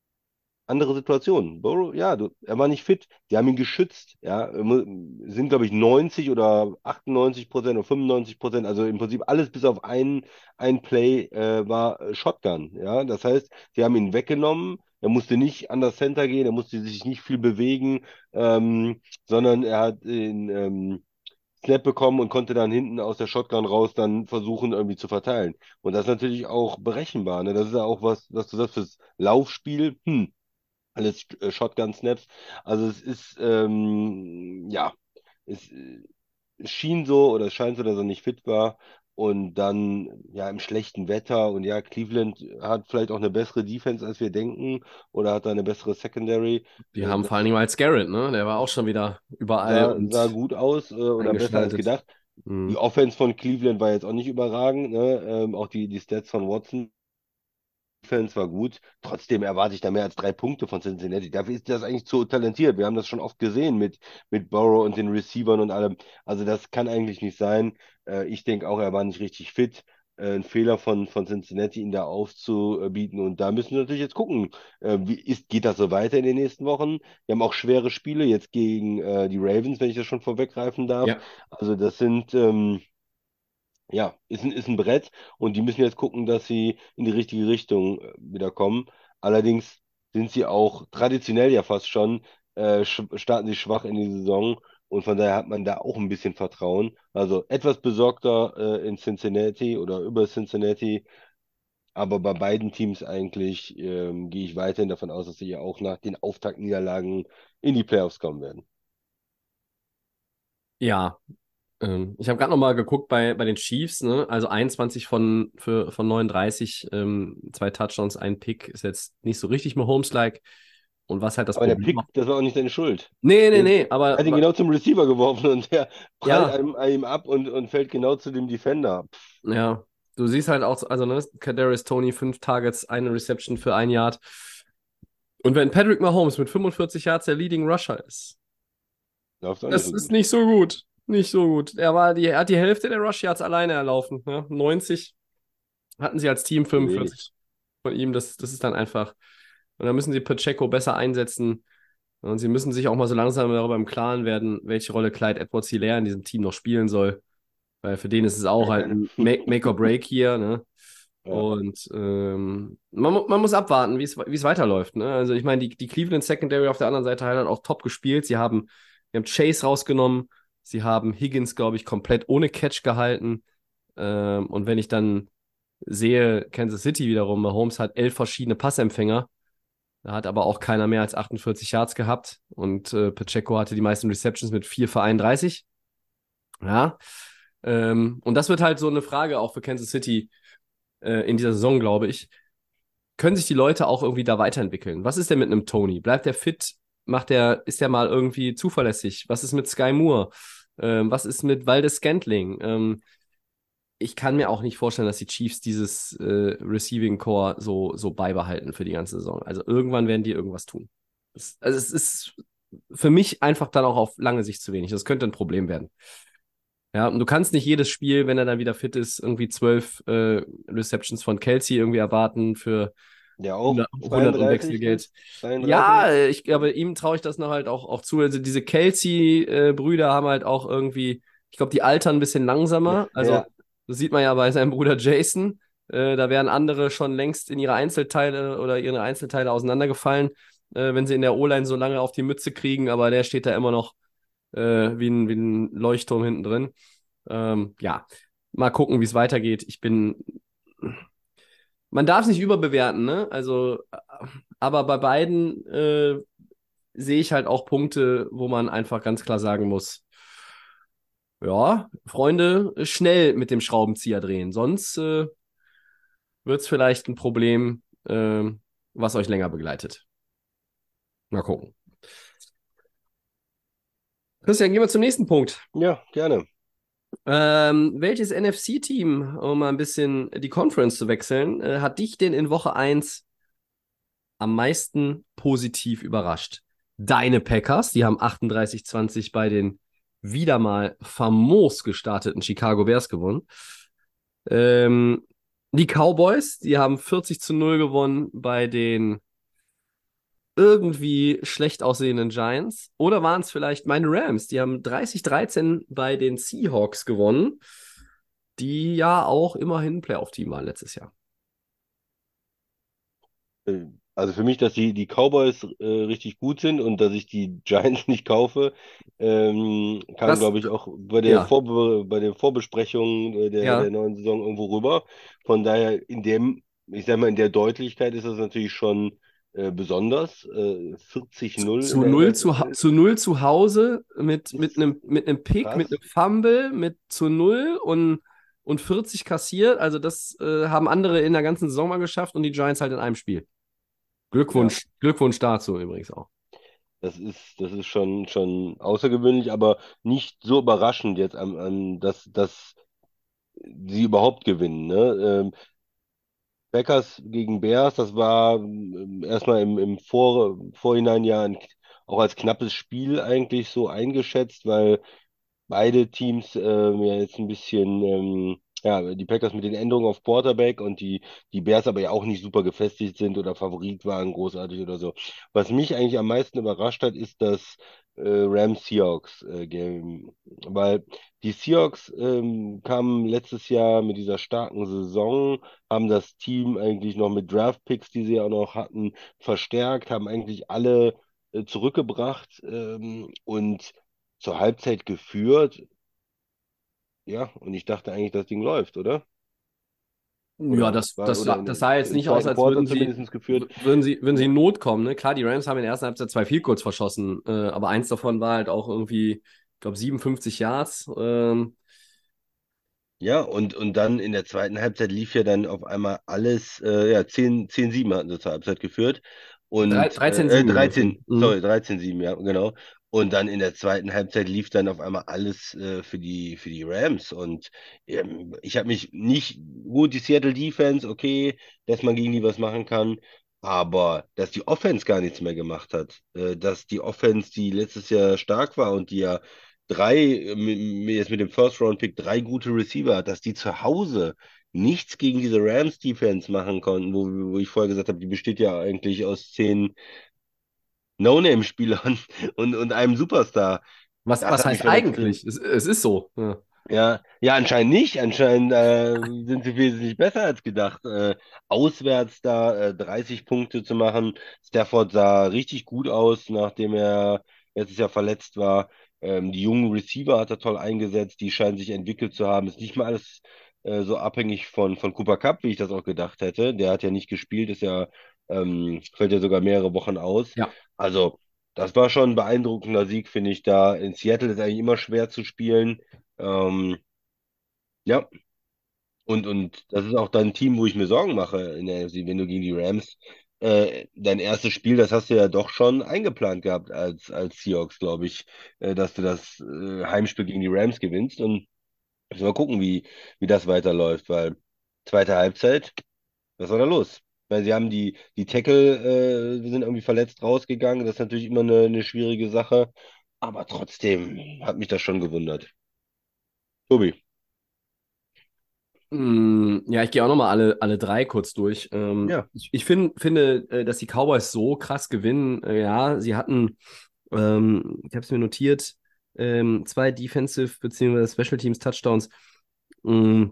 andere Situation. Burrow, ja, du, er war nicht fit. Die haben ihn geschützt. Ja, mu- sind, glaube ich, neunzig oder achtundneunzig Prozent oder fünfundneunzig Prozent. Also im Prinzip alles bis auf ein, ein Play äh, war äh, Shotgun. Ja, das heißt, sie haben ihn weggenommen. Er musste nicht an das Center gehen, er musste sich nicht viel bewegen, ähm, sondern er hat den ähm, Snap bekommen und konnte dann hinten aus der Shotgun raus dann versuchen, irgendwie zu verteilen. Und das ist natürlich auch berechenbar. Ne? Das ist ja auch was, was du sagst fürs Laufspiel. Hm, alles äh, Shotgun-Snaps. Also es ist, ähm, ja, es äh, schien so oder es scheint so, dass er nicht fit war. Und dann, ja, im schlechten Wetter. Und ja, Cleveland hat vielleicht auch eine bessere Defense, als wir denken. Oder hat da eine bessere Secondary. Die Äh, haben vor allen das Dingen als Garrett, ne? Der war auch schon wieder überall sah, sah und gut aus äh, oder besser als eingeschaltet. gedacht. Die Mhm. Offense von Cleveland war jetzt auch nicht überragend. Ne? Ähm, auch die, die Stats von Watson. Defense war gut. Trotzdem erwarte ich da mehr als drei Punkte von Cincinnati. Dafür ist das eigentlich zu talentiert. Wir haben das schon oft gesehen mit, mit Burrow und den Receivern und allem. Also das kann eigentlich nicht sein. Äh, ich denke auch, er war nicht richtig fit. Äh, ein Fehler von, von Cincinnati, ihn da aufzubieten. Und da müssen wir natürlich jetzt gucken, äh, wie ist, geht das so weiter in den nächsten Wochen? Wir haben auch schwere Spiele jetzt gegen äh, die Ravens, wenn ich das schon vorweggreifen darf. Ja. Also das sind ähm, ja, ist ein, ist ein Brett und die müssen jetzt gucken, dass sie in die richtige Richtung äh, wieder kommen. Allerdings sind sie auch traditionell ja fast schon, äh, sch- starten sie schwach in die Saison und von daher hat man da auch ein bisschen Vertrauen. Also etwas besorgter äh, in Cincinnati oder über Cincinnati, aber bei beiden Teams eigentlich ähm, gehe ich weiterhin davon aus, dass sie ja auch nach den Auftaktniederlagen in die Playoffs kommen werden. Ja, ähm, ich habe gerade noch mal geguckt bei, bei den Chiefs, ne? Also einundzwanzig von, für, von neununddreißig, ähm, zwei Touchdowns, ein Pick, ist jetzt nicht so richtig Mahomes-like. Und was halt das Aber der Problem war. Pick, das war auch nicht seine Schuld. Nee, nee, Der, nee, er aber hat ihn wa- genau zum Receiver geworfen und der prallt ja, einem, einem ab und, und fällt genau zu dem Defender. Pff, ja. Du siehst halt auch, also ne, Kadarius Toney, fünf Targets, eine Reception für ein Yard. Und wenn Patrick Mahomes mit fünfundvierzig Yards der Leading Rusher ist, läuft auch nicht das so ist gut. nicht so gut. Nicht so gut. Er war die, er hat die Hälfte der Rush Yards alleine erlaufen. Ne? neunzig hatten sie als Team, Zu wenig. fünfundvierzig von ihm. Das, das ist dann einfach. Und dann müssen sie Pacheco besser einsetzen. Und sie müssen sich auch mal so langsam darüber im Klaren werden, welche Rolle Clyde Edwards-Helaire in diesem Team noch spielen soll. Weil für den ist es auch Gar halt keine. ein Make, Make or Break hier. Ne? Ja. Und ähm, man, mu- man muss abwarten, wie es wie es weiterläuft. Ne? Also ich meine, die, die Cleveland Secondary auf der anderen Seite hat halt auch top gespielt. Sie haben, sie haben Chase rausgenommen. Sie haben Higgins, glaube ich, komplett ohne Catch gehalten. Ähm, und wenn ich dann sehe, Kansas City wiederum, Mahomes hat elf verschiedene Passempfänger. Da hat aber auch keiner mehr als achtundvierzig Yards gehabt. Und äh, Pacheco hatte die meisten Receptions mit vier für einunddreißig. Ja. Ähm, und das wird halt so eine Frage auch für Kansas City äh, in dieser Saison, glaube ich. Können sich die Leute auch irgendwie da weiterentwickeln? Was ist denn mit einem Tony? Bleibt der fit? Macht der, ist der mal irgendwie zuverlässig? Was ist mit Sky Moore? Ähm, was ist mit Valdez Scantling? Ähm, ich kann mir auch nicht vorstellen, dass die Chiefs dieses äh, Receiving Core so, so beibehalten für die ganze Saison. Also irgendwann werden die irgendwas tun. Das, also es ist für mich einfach dann auch auf lange Sicht zu wenig. Das könnte ein Problem werden. Ja, und du kannst nicht jedes Spiel, wenn er dann wieder fit ist, irgendwie zwölf äh, Receptions von Kelsey irgendwie erwarten für Ja, auch hundert, hundert und zweiunddreißig, ne? Wechselgeld. zweiunddreißig. Ja, ich glaube, ihm traue ich das noch halt auch, auch zu. Also diese Kelsey-Brüder haben halt auch irgendwie, ich glaube, die altern ein bisschen langsamer. Also Ja, das sieht man ja bei seinem Bruder Jason. Äh, da wären andere schon längst in ihre Einzelteile oder ihre Einzelteile auseinandergefallen, äh, wenn sie in der O-Line so lange auf die Mütze kriegen. Aber der steht da immer noch äh, wie ein, wie ein Leuchtturm hinten drin. Ähm, ja, mal gucken, wie es weitergeht. Ich bin, man darf es nicht überbewerten, ne? Also, äh, aber bei beiden äh, sehe ich halt auch Punkte, wo man einfach ganz klar sagen muss, ja, Freunde, schnell mit dem Schraubenzieher drehen, sonst äh, wird es vielleicht ein Problem, äh, was euch länger begleitet. Mal gucken. Christian, gehen wir zum nächsten Punkt. ja, gerne. Ähm, welches N F C-Team, um mal ein bisschen die Conference zu wechseln, äh, hat dich denn in Woche eins am meisten positiv überrascht? Deine Packers, die haben achtunddreißig zwanzig bei den wieder mal famos gestarteten Chicago Bears gewonnen. Ähm, die Cowboys, die haben vierzig zu null gewonnen bei den irgendwie schlecht aussehenden Giants. Oder waren es vielleicht meine Rams? Die haben dreißig dreizehn bei den Seahawks gewonnen, die ja auch immerhin Playoff-Team waren letztes Jahr. Äh, Also für mich, dass die, die Cowboys äh, richtig gut sind und dass ich die Giants nicht kaufe, ähm, kam, Das, glaube ich, auch bei der ja, Vorbe bei der Vorbesprechung äh, der, ja. der neuen Saison irgendwo rüber. Von daher, in dem, ich sag mal, in der Deutlichkeit ist das natürlich schon äh, besonders. Äh, vierzig null in Zu der null zu, Ha- N F L zu null zu Hause mit, mit ist einem mit einem Pick, mit krass. einem Fumble, mit zu null und, und vierzig kassiert. Also das äh, haben andere in der ganzen Saison mal geschafft und die Giants halt in einem Spiel. Ja, Glückwunsch, Glückwunsch dazu übrigens auch. das ist, das ist schon, schon außergewöhnlich, aber nicht so überraschend jetzt, an, an, dass, dass sie überhaupt gewinnen. Ne? Ähm, Packers gegen Bears, das war ähm, erstmal im, im Vor Vorhinein ja ein, auch als knappes Spiel eigentlich so eingeschätzt, weil beide Teams ähm, ja jetzt ein bisschen, ähm, ja, die Packers mit den Änderungen auf Quarterback und die, die Bears aber ja auch nicht super gefestigt sind oder Favorit waren, großartig oder so. Was mich eigentlich am meisten überrascht hat, ist das äh, Rams-Seahawks-Game, weil die Seahawks ähm, kamen letztes Jahr mit dieser starken Saison, haben das Team eigentlich noch mit Draft-Picks, die sie ja auch noch hatten, verstärkt, haben eigentlich alle äh, zurückgebracht ähm, und zur Halbzeit geführt. Ja, und ich dachte eigentlich, das Ding läuft, oder? Ja, Oder das, war, das, oder sah, das in, sah jetzt im nicht aus, zweiten als Quarter würden sie, zumindest w- geführt. würden sie, würden sie Ja, in Not kommen. Ne? Klar, die Rams haben in der ersten Halbzeit zwei Field Goals verschossen, äh, aber eins davon war halt auch irgendwie, ich glaube, siebenundfünfzig Yards. Ähm, ja, und, und dann in der zweiten Halbzeit lief ja dann auf einmal alles, äh, ja, zehn zehn sieben hatten sie zur Halbzeit geführt. Und äh, äh, dreizehn sieben, glaube ich. dreizehn, Mhm. sorry, dreizehn sieben, ja, genau. Und dann in der zweiten Halbzeit lief dann auf einmal alles äh, für die, für die Rams. Und ähm, ich habe mich nicht, gut, die Seattle Defense, okay, dass man gegen die was machen kann, aber dass die Offense gar nichts mehr gemacht hat. Äh, dass die Offense, die letztes Jahr stark war und die ja drei, äh, mit, mit- jetzt mit dem First-Round-Pick drei gute Receiver hat, dass die zu Hause nichts gegen diese Rams-Defense machen konnten, wo, wo ich vorher gesagt habe, die besteht ja eigentlich aus zehn No-Name-Spielern und, und einem Superstar. Was, Das was hat mich heißt schon extrem. eigentlich? Es, es ist so. Ja. Ja, ja, anscheinend nicht. Anscheinend äh, sind sie wesentlich besser als gedacht. Äh, auswärts da äh, dreißig Punkte zu machen. Stafford sah richtig gut aus, nachdem er letztes Jahr verletzt war. Ähm, die jungen Receiver hat er toll eingesetzt. Die scheinen sich entwickelt zu haben. Ist nicht mal alles äh, so abhängig von, von Cooper Kupp, wie ich das auch gedacht hätte. Der hat ja nicht gespielt, ist ja, ähm, fällt ja sogar mehrere Wochen aus. Ja. Also, das war schon ein beeindruckender Sieg, finde ich da. In Seattle ist eigentlich immer schwer zu spielen. Ähm, ja, und, und das ist auch dein Team, wo ich mir Sorgen mache in der N F C, wenn du gegen die Rams äh, dein erstes Spiel, das hast du ja doch schon eingeplant gehabt als, als Seahawks, glaube ich, äh, dass du das äh, Heimspiel gegen die Rams gewinnst. Und Müssen wir mal gucken, wie, wie das weiterläuft, weil zweite Halbzeit, was war da los? Weil sie haben die, die Tackle, äh, sind irgendwie verletzt rausgegangen. Das ist natürlich immer eine, eine schwierige Sache. Aber trotzdem hat mich das schon gewundert. Tobi. Mm, ja, ich gehe auch nochmal alle, alle drei kurz durch. Ähm, Ja. ich ich find, finde, äh, dass die Cowboys so krass gewinnen. Äh, ja, sie hatten, ähm, ich habe es mir notiert, ähm, zwei Defensive bzw. Special Teams Touchdowns. Mm,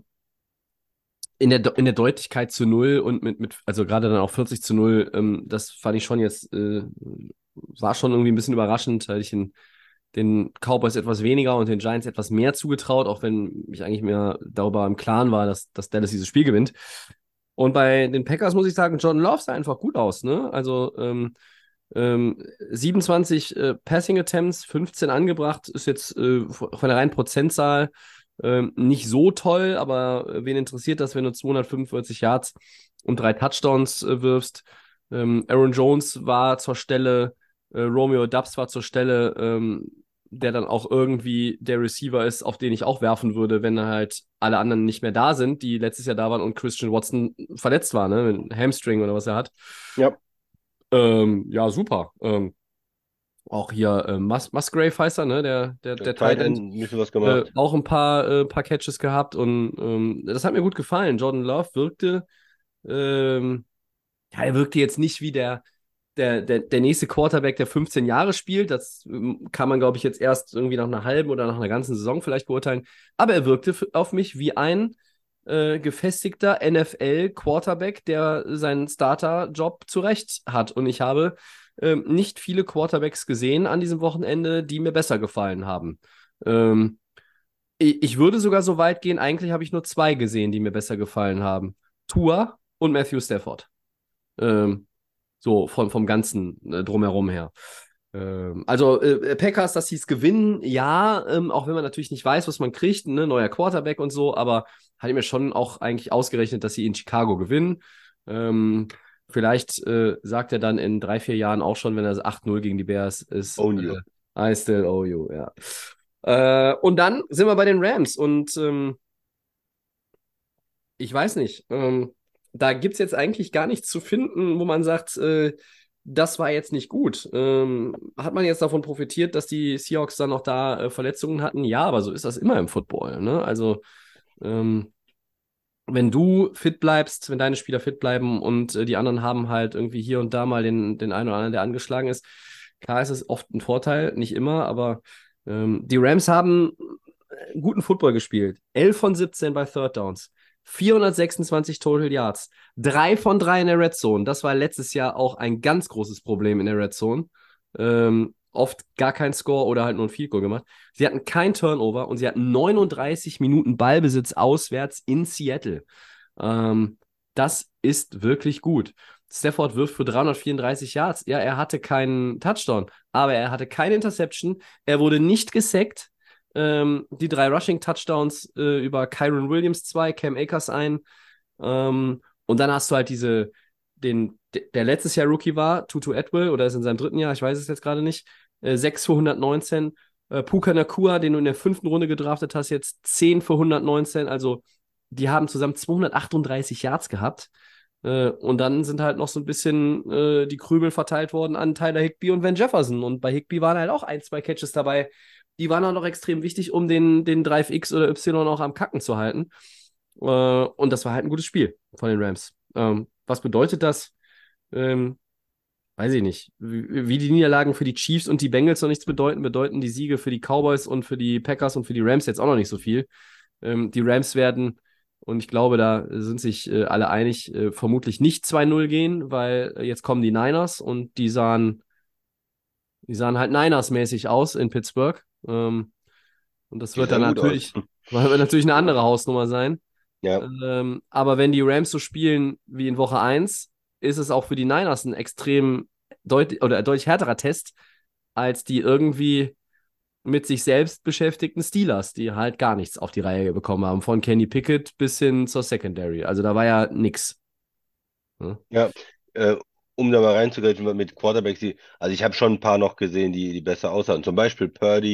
in der, De- in der Deutlichkeit zu null und mit, mit also gerade dann auch vierzig zu null, ähm, das fand ich schon jetzt, äh, war schon irgendwie ein bisschen überraschend, weil ich den, den Cowboys etwas weniger und den Giants etwas mehr zugetraut, auch wenn ich eigentlich mehr darüber im Klaren war, dass, dass Dallas dieses Spiel gewinnt. Und bei den Packers muss ich sagen, Jordan Love sah einfach gut aus, ne? Also ähm, ähm, siebenundzwanzig äh, Passing Attempts, fünfzehn angebracht, ist jetzt äh, von der reinen Prozentzahl ähm, nicht so toll, aber äh, wen interessiert das, wenn du zweihundertfünfundvierzig Yards und drei Touchdowns äh, wirfst? Ähm, Aaron Jones war zur Stelle, äh, Romeo Dubs war zur Stelle, ähm, der dann auch irgendwie der Receiver ist, auf den ich auch werfen würde, wenn halt alle anderen nicht mehr da sind, die letztes Jahr da waren und Christian Watson verletzt war, ne? Mit Hamstring oder was er hat. Ja. Ähm, ja, super. Ähm, auch hier äh, Mus Musgrave heißt er, ne? Der, der, der Tight Tight End. End, ein bisschen was Äh, gemacht. auch ein paar, äh, paar Catches gehabt und ähm, das hat mir gut gefallen. Jordan Love wirkte, ähm, ja, er wirkte jetzt nicht wie der, der, der, der nächste Quarterback, der fünfzehn Jahre spielt. Das ähm, kann man, glaube ich, jetzt erst irgendwie nach einer halben oder nach einer ganzen Saison vielleicht beurteilen. Aber er wirkte f- auf mich wie ein äh, gefestigter N F L-Quarterback, der seinen Starter-Job zurecht hat. Und ich habe ähm, nicht viele Quarterbacks gesehen an diesem Wochenende, die mir besser gefallen haben. Ähm, ich, ich würde sogar so weit gehen, eigentlich habe ich nur zwei gesehen, die mir besser gefallen haben. Tua und Matthew Stafford. Ähm, so von, vom ganzen äh, Drumherum her. Ähm, also äh, Packers, dass sie es gewinnen, ja, ähm, auch wenn man natürlich nicht weiß, was man kriegt, ne, neuer Quarterback und so, aber hatte ich mir schon auch eigentlich ausgerechnet, dass sie in Chicago gewinnen. Ähm, vielleicht äh, sagt er dann in drei, vier Jahren auch schon, wenn er acht null gegen die Bears ist, Own you. äh, I still owe you, ja. Äh, und dann sind wir bei den Rams und ähm, ich weiß nicht. Ähm, da gibt es jetzt eigentlich gar nichts zu finden, wo man sagt, äh, das war jetzt nicht gut. Ähm, hat man jetzt davon profitiert, dass die Seahawks dann noch da äh, Verletzungen hatten? Ja, aber so ist das immer im Football. Ne? Also, ähm, wenn du fit bleibst, wenn deine Spieler fit bleiben und äh, die anderen haben halt irgendwie hier und da mal den, den einen oder anderen, der angeschlagen ist, klar ist es oft ein Vorteil, nicht immer, aber ähm, die Rams haben äh, guten Football gespielt. elf von siebzehn bei Third Downs. vierhundertsechsundzwanzig Total Yards. Drei von drei in der Red Zone. Das war letztes Jahr auch ein ganz großes Problem in der Red Zone. Ähm, oft gar kein Score oder halt nur ein Field Goal gemacht. Sie hatten kein Turnover und sie hatten neununddreißig Minuten Ballbesitz auswärts in Seattle. Ähm, das ist wirklich gut. Stafford wirft für dreihundertvierunddreißig Yards. Ja, er hatte keinen Touchdown, aber er hatte keine Interception. Er wurde nicht gesackt. Ähm, die drei Rushing-Touchdowns äh, über Kyron Williams zwei, Cam Akers ein. Ähm, und dann hast du halt diese, den, der letztes Jahr Rookie war, Tutu Atwell, oder ist in seinem dritten Jahr, ich weiß es jetzt gerade nicht, äh, sechs für hundertneunzehn. Äh, Puka Nakua, den du in der fünften Runde gedraftet hast, jetzt zehn für hundertneunzehn. Also die haben zusammen zweihundertachtunddreißig Yards gehabt. Äh, und dann sind halt noch so ein bisschen äh, die Krümel verteilt worden an Tyler Higbee und Van Jefferson. Und bei Higbee waren halt auch ein, zwei Catches dabei. Die waren auch noch extrem wichtig, um den, den Drive X oder Y auch am Kacken zu halten. Äh, und das war halt ein gutes Spiel von den Rams. Ähm, was bedeutet das? Ähm, weiß ich nicht. Wie, wie die Niederlagen für die Chiefs und die Bengals noch nichts bedeuten, bedeuten die Siege für die Cowboys und für die Packers und für die Rams jetzt auch noch nicht so viel. Ähm, die Rams werden, und ich glaube, da sind sich äh, alle einig, äh, vermutlich nicht zwei null gehen, weil äh, jetzt kommen die Niners und die sahen, die sahen halt Niners-mäßig aus in Pittsburgh. Ähm, und das Die wird dann sahen gut aus. natürlich, wird natürlich eine andere Hausnummer sein. Ja. Ähm, aber wenn die Rams so spielen wie in Woche eins, ist es auch für die Niners ein extrem deutlich oder deutlich härterer Test als die irgendwie mit sich selbst beschäftigten Steelers, die halt gar nichts auf die Reihe bekommen haben, von Kenny Pickett bis hin zur Secondary. Also da war ja nix. Ne? Ja, äh, um da mal reinzugreifen mit Quarterbacks, die, also ich habe schon ein paar noch gesehen, die, die besser aussahen. Zum Beispiel Purdy,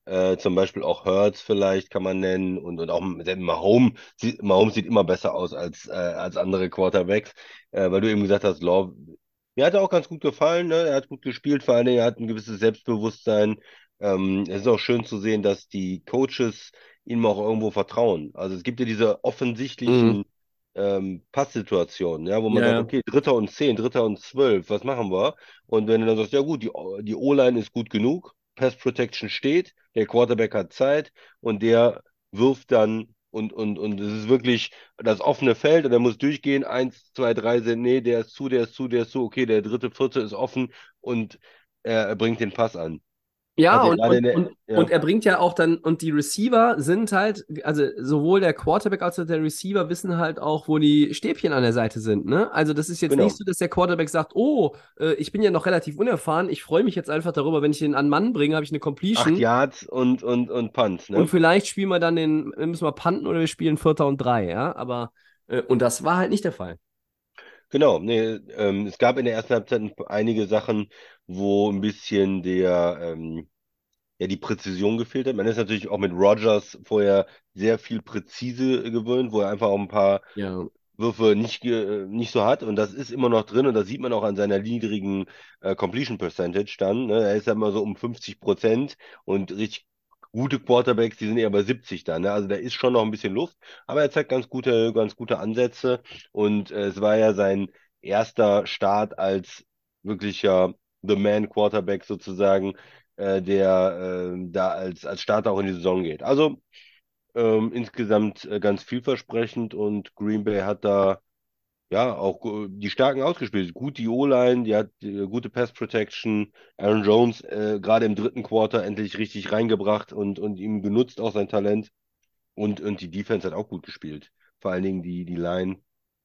Äh, zum Beispiel auch Hurts vielleicht kann man nennen und, und auch Mahomes sieht, Mahomes sieht immer besser aus als, äh, als andere Quarterbacks, äh, weil du eben gesagt hast, Love, mir hat er auch ganz gut gefallen, ne? Er hat gut gespielt, vor allen Dingen, er hat ein gewisses Selbstbewusstsein. Ähm, es ist auch schön zu sehen, dass die Coaches ihm auch irgendwo vertrauen. Also es gibt ja diese Mhm. offensichtlichen ähm, Passsituationen, ja, wo man Ja, sagt, ja. okay, Dritter und zehn, Dritter und zwölf, was machen wir? Und wenn du dann sagst, ja gut, die, O- die O-Line ist gut genug, Pass Protection steht, der Quarterback hat Zeit und der wirft dann und, und, und es ist wirklich das offene Feld und er muss durchgehen, eins, zwei, drei sind, nee, der ist zu, der ist zu, der ist zu, okay, der dritte, vierte ist offen und er, er bringt den Pass an. Ja, Hat er und, gerade und, in der, und, und ja, er bringt ja auch dann, und die Receiver sind halt, also sowohl der Quarterback als auch der Receiver wissen halt auch, wo die Stäbchen an der Seite sind, ne? Also das ist jetzt nicht genau. so, dass der Quarterback sagt, oh, äh, ich bin ja noch relativ unerfahren, ich freue mich jetzt einfach darüber, wenn ich den an Mann bringe, habe ich eine Acht Completion Yards und, und, und Punt, und ne? vielleicht spielen wir dann den, müssen wir punten oder wir spielen Vierter und Drei, ja? Aber, äh, und das war halt nicht der Fall. Genau, nee, ähm, es gab in der ersten Halbzeit ein- einige Sachen, wo ein bisschen der, ähm, ja, die Präzision gefehlt hat. Man ist natürlich auch mit Rodgers vorher sehr viel präzise gewöhnt, wo er einfach auch ein paar Ja. Würfe nicht, ge- äh, nicht so hat. Und das ist immer noch drin und das sieht man auch an seiner niedrigen äh, Completion Percentage dann. Ne? Er ist ja immer so um fünfzig Prozent und richtig gute Quarterbacks, die sind eher bei siebzig dann. Ne? Also da ist schon noch ein bisschen Luft, aber er zeigt ganz gute, ganz gute Ansätze. Und äh, es war ja sein erster Start als wirklicher The Man Quarterback sozusagen, äh, der äh, da als, als Starter auch in die Saison geht. Also ähm, insgesamt äh, ganz vielversprechend und Green Bay hat da ja auch gu- die Stärken ausgespielt. Gut die O-Line, die hat äh, gute Pass Protection. Aaron Jones äh, gerade im dritten Quarter endlich richtig reingebracht und, und ihm genutzt auch sein Talent. Und, und die Defense hat auch gut gespielt. Vor allen Dingen die, die Line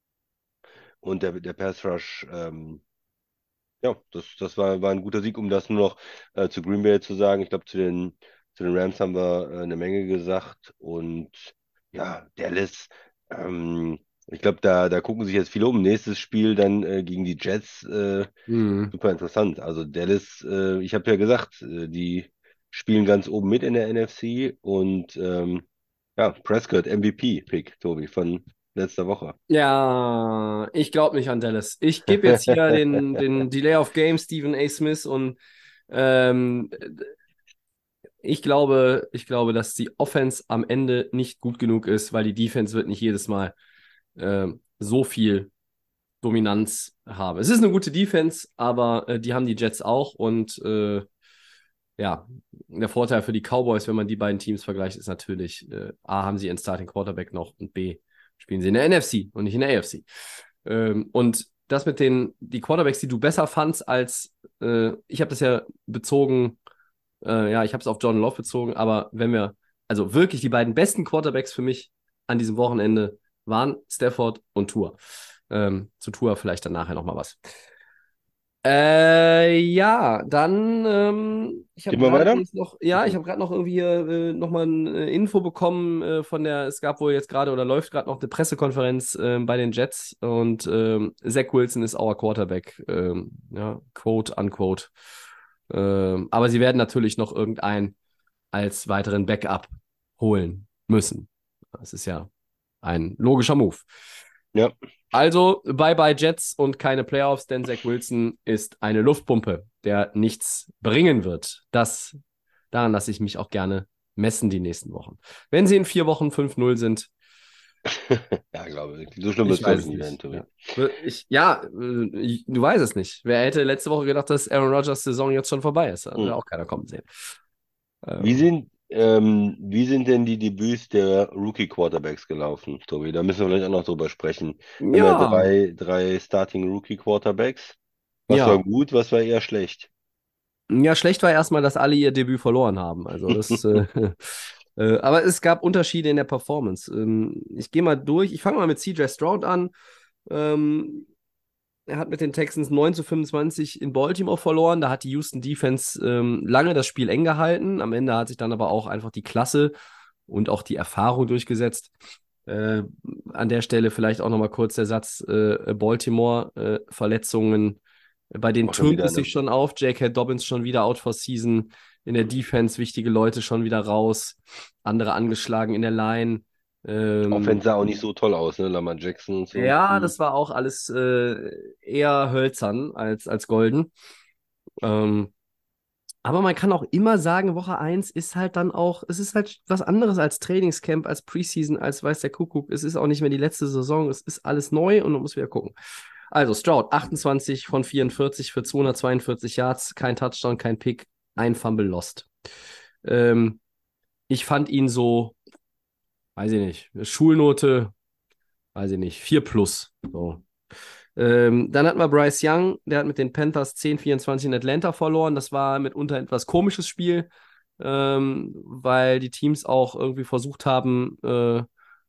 und der, der Pass Rush. Ähm, ja, das, das war, war ein guter Sieg, um das nur noch äh, zu Green Bay zu sagen. Ich glaube, zu den, zu den Rams haben wir äh, eine Menge gesagt. Und ja, Dallas, ähm, ich glaube, da, da gucken sich jetzt viele um. Nächstes Spiel dann äh, gegen die Jets, äh, Mhm. super interessant. Also Dallas, äh, ich habe ja gesagt, äh, die spielen ganz oben mit in der N F C. Und ähm, ja, Prescott, M V P-Pick, Tobi, von letzter Woche. Ja, ich glaube nicht an Dallas. Ich gebe jetzt hier den, den Delay of Game, Stephen A. Smith und ähm, ich glaube, ich glaube, dass die Offense am Ende nicht gut genug ist, weil die Defense wird nicht jedes Mal ähm, so viel Dominanz haben. Es ist eine gute Defense, aber äh, die haben die Jets auch und äh, ja, der Vorteil für die Cowboys, wenn man die beiden Teams vergleicht, ist natürlich, äh, A, haben sie ihren Starting Quarterback noch und B, spielen sie in der N F C und nicht in der A F C. Ähm, und das mit den die Quarterbacks, die du besser fandst als, äh, ich habe das ja bezogen, äh, ja, ich habe es auf Jordan Love bezogen, aber wenn wir, also wirklich die beiden besten Quarterbacks für mich an diesem Wochenende waren Stafford und Tua. Ähm, zu Tua vielleicht dann nachher nochmal was. Äh, ja, dann, ähm, ich habe Gehen wir gerade weiter? jetzt noch, ja, ich habe gerade noch irgendwie hier äh, nochmal eine Info bekommen äh, von der, es gab wohl jetzt gerade oder läuft gerade noch eine Pressekonferenz äh, bei den Jets und ähm, Zach Wilson ist our Quarterback, ähm, ja, quote, unquote. Ähm, aber sie werden natürlich noch irgendeinen als weiteren Backup holen müssen. Das ist ja ein logischer Move. Ja. Also, bye-bye Jets und keine Playoffs, denn Zach Wilson ist eine Luftpumpe, der nichts bringen wird. Das, daran lasse ich mich auch gerne messen die nächsten Wochen. Wenn sie in vier Wochen fünf null sind, Ja, glaube ich. So schlimm wird ich es, glaube weiß ich, es nicht werden, nicht. Tobi. Ja, ich, ja äh, ich, du weißt es nicht. Wer hätte letzte Woche gedacht, dass Aaron Rodgers Saison jetzt schon vorbei ist? Hat Hm. ja auch keiner kommen sehen. Wie Ähm, sind, ähm, wie sind denn die Debüts der Rookie-Quarterbacks gelaufen, Tobi? Da müssen wir vielleicht auch noch drüber sprechen. Wir haben ja ja, drei, drei Starting Rookie-Quarterbacks. Was war ja. gut, was war eher schlecht? Ja, schlecht war erstmal, dass alle ihr Debüt verloren haben. Also das, äh, äh, aber es gab Unterschiede in der Performance. Ähm, ich gehe mal durch. Ich fange mal mit C J Stroud an. Ähm, er hat mit den Texans neun zu fünfundzwanzig in Baltimore verloren. Da hat die Houston Defense ähm, lange das Spiel eng gehalten. Am Ende hat sich dann aber auch einfach die Klasse und auch die Erfahrung durchgesetzt. Äh, an der Stelle vielleicht auch nochmal kurz der Satz: äh, Baltimore, äh, Verletzungen, bei denen Auch schon türmt wieder, es sich ne? schon auf. J K. Dobbins schon wieder out for season. in der Defense wichtige Leute schon wieder raus, andere angeschlagen in der Line. Ähm, Offense sah auch nicht so toll aus, ne? Lamar Jackson und so. ja, Hm. das war auch alles äh, eher hölzern als, als golden. Ähm, aber man kann auch immer sagen, Woche eins ist halt dann auch, es ist halt was anderes als Trainingscamp, als Preseason, als weiß der Kuckuck. Es ist auch nicht mehr die letzte Saison, es ist alles neu und man muss wieder gucken. Also Stroud, achtundzwanzig von vierundvierzig für zweihundertzweiundvierzig Yards, kein Touchdown, kein Pick, ein Fumble lost. Ähm, ich fand ihn so, weiß ich nicht, Schulnote, weiß ich nicht, vier plus. So. Ähm, dann hatten wir Bryce Young, der hat mit den Panthers zehn vierundzwanzig in Atlanta verloren. Das war mitunter ein etwas komisches Spiel, ähm, weil die Teams auch irgendwie versucht haben, äh,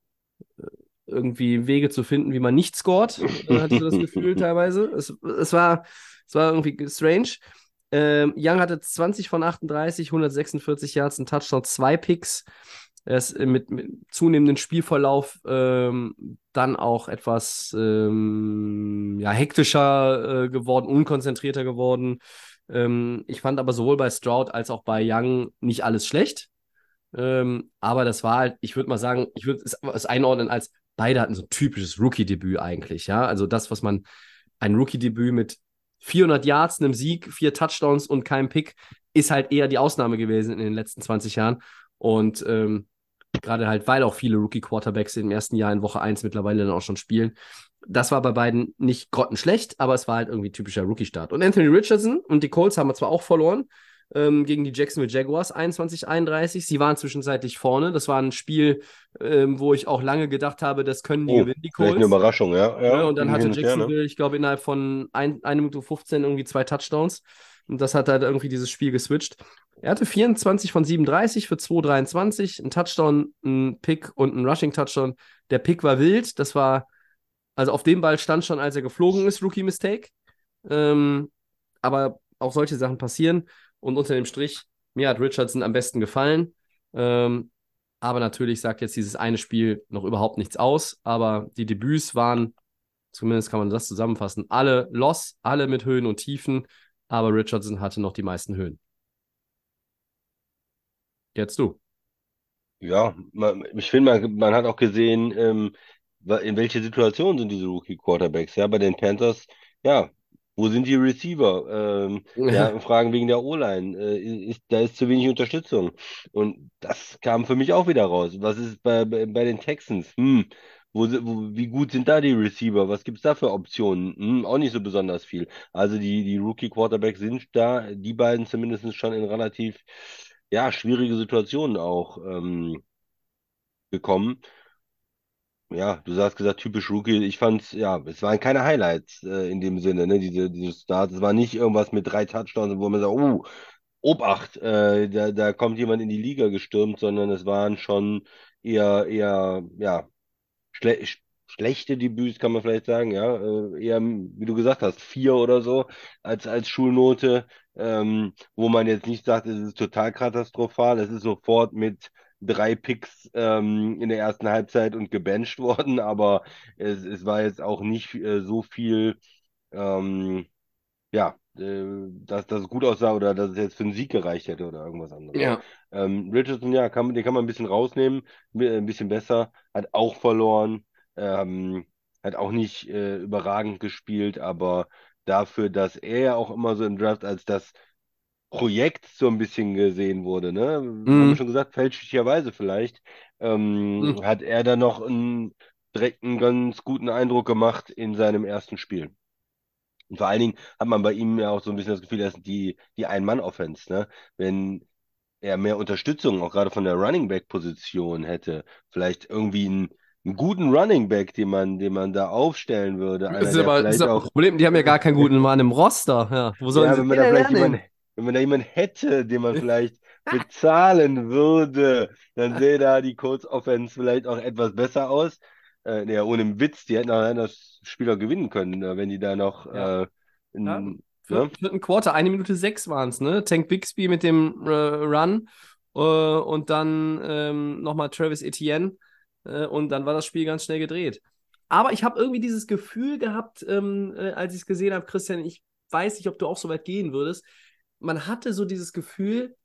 irgendwie Wege zu finden, wie man nicht scored. Äh, hatte ich so das Gefühl teilweise. Es, es, war, es war irgendwie strange. Ähm, Young hatte zwanzig von achtunddreißig, hundertsechsundvierzig Yards, ein Touchdown, zwei Picks. Er ist mit, mit zunehmendem Spielverlauf ähm, dann auch etwas ähm, ja, hektischer äh, geworden, unkonzentrierter geworden. Ähm, ich fand aber sowohl bei Stroud als auch bei Young nicht alles schlecht. Ähm, aber das war halt, ich würde mal sagen, ich würde es, es einordnen als, beide hatten so ein typisches Rookie-Debüt eigentlich, ja. Also das, was man, ein Rookie-Debüt mit vierhundert Yards, einem Sieg, vier Touchdowns und keinem Pick, ist halt eher die Ausnahme gewesen in den letzten zwanzig Jahren. Und ähm, gerade halt, weil auch viele Rookie-Quarterbacks im ersten Jahr in Woche eins mittlerweile dann auch schon spielen. Das war bei beiden nicht grottenschlecht, aber es war halt irgendwie typischer Rookie-Start. Und Anthony Richardson und die Colts haben wir zwar auch verloren, ähm, gegen die Jacksonville Jaguars einundzwanzig einunddreißig. Sie waren zwischenzeitlich vorne. Das war ein Spiel, ähm, wo ich auch lange gedacht habe, das können die Oh, gewinnen, die vielleicht eine Colts. Überraschung, ja. Ne? Ja, Und dann ging hatte hin und her, ne? Jacksonville, ich glaube, innerhalb von ein, eine Minute fünfzehn irgendwie zwei Touchdowns. Und das hat halt irgendwie dieses Spiel geswitcht. Er hatte vierundzwanzig von siebenunddreißig für zweihundertdreiundzwanzig, ein Touchdown, ein Pick und ein Rushing-Touchdown. Der Pick war wild. Das war, also auf dem Ball stand schon, als er geflogen ist, Rookie-Mistake. Ähm, aber auch solche Sachen passieren. Und unter dem Strich, mir hat Richardson am besten gefallen. Ähm, aber natürlich sagt jetzt dieses eine Spiel noch überhaupt nichts aus. Aber die Debüts waren, zumindest kann man das zusammenfassen, alle Loss, alle mit Höhen und Tiefen. Aber Richardson hatte noch die meisten Höhen. Jetzt du. Ja, man, ich finde, man, man hat auch gesehen, ähm, wa- in welche Situation sind diese Rookie-Quarterbacks. Ja, bei den Panthers, ja, wo sind die Receiver? Ähm, ja, Fragen wegen der O-Line. Äh, ist, da ist zu wenig Unterstützung. Und das kam für mich auch wieder raus. Was ist bei, bei, bei den Texans? Hm, wo, si- wo, wie gut sind da die Receiver? Was gibt's da für Optionen? Hm, auch nicht so besonders viel. Also die, die Rookie-Quarterbacks sind da, die beiden zumindest schon in relativ, ja, schwierige Situationen auch. Ähm, gekommen. Ja, du hast gesagt, typisch Rookie. Ich fand's, ja, es waren keine Highlights äh, in dem Sinne, ne, diese, diese Starts. Es war nicht irgendwas mit drei Touchdowns, wo man sagt, oh, Obacht, äh, da, da kommt jemand in die Liga gestürmt, sondern es waren schon eher, eher, ja, schle sch- schlechte Debüts, kann man vielleicht sagen, ja. Äh, eher, wie du gesagt hast, vier oder so als, als Schulnote, ähm, wo man jetzt nicht sagt, es ist total katastrophal. Es ist sofort mit drei Picks ähm, in der ersten Halbzeit und gebencht worden, aber es, es war jetzt auch nicht äh, so viel, ähm, ja, äh, dass das gut aussah oder dass es jetzt für einen Sieg gereicht hätte oder irgendwas anderes. Ja. Ähm, Richardson, ja, kann, man- den kann man ein bisschen rausnehmen, mi- ein bisschen besser, hat auch verloren, ähm, hat auch nicht äh, überragend gespielt, aber dafür, dass er ja auch immer so im Draft als das Projekt so ein bisschen gesehen wurde, ne? Haben wir Mhm. schon gesagt, fälschlicherweise vielleicht, ähm, Mhm. hat er dann noch einen, direkt einen ganz guten Eindruck gemacht in seinem ersten Spiel. Und vor allen Dingen hat man bei ihm ja auch so ein bisschen das Gefühl, dass die, die Ein-Mann-Offense, ne? Wenn er mehr Unterstützung, auch gerade von der Running Back-Position hätte, vielleicht irgendwie einen, einen guten Running Back, den man, den man da aufstellen würde, Das einer, ist der aber, das ist vielleicht aber ein auch, Problem, die haben ja gar keinen guten Mann im Roster. Ja. Wo sollen ja, sie wenn man den da denn vielleicht jemanden, hernehmen? wenn man da jemanden hätte, den man vielleicht bezahlen würde, dann sähe da die Colts Offense vielleicht auch etwas besser aus. Äh, ja, ohne Witz, die hätten auch das Spiel auch gewinnen können, äh, wenn die da noch, Ja. äh, Ja, in, ne? vierten, vierten Quarter, eine Minute sechs waren es, ne? Tank Bixby mit dem äh, Run äh, und dann ähm, nochmal Travis Etienne äh, und dann war das Spiel ganz schnell gedreht. Aber ich habe irgendwie dieses Gefühl gehabt, ähm, äh, als ich es gesehen habe, Christian, ich weiß nicht, ob du auch so weit gehen würdest. Man hatte so dieses Gefühl,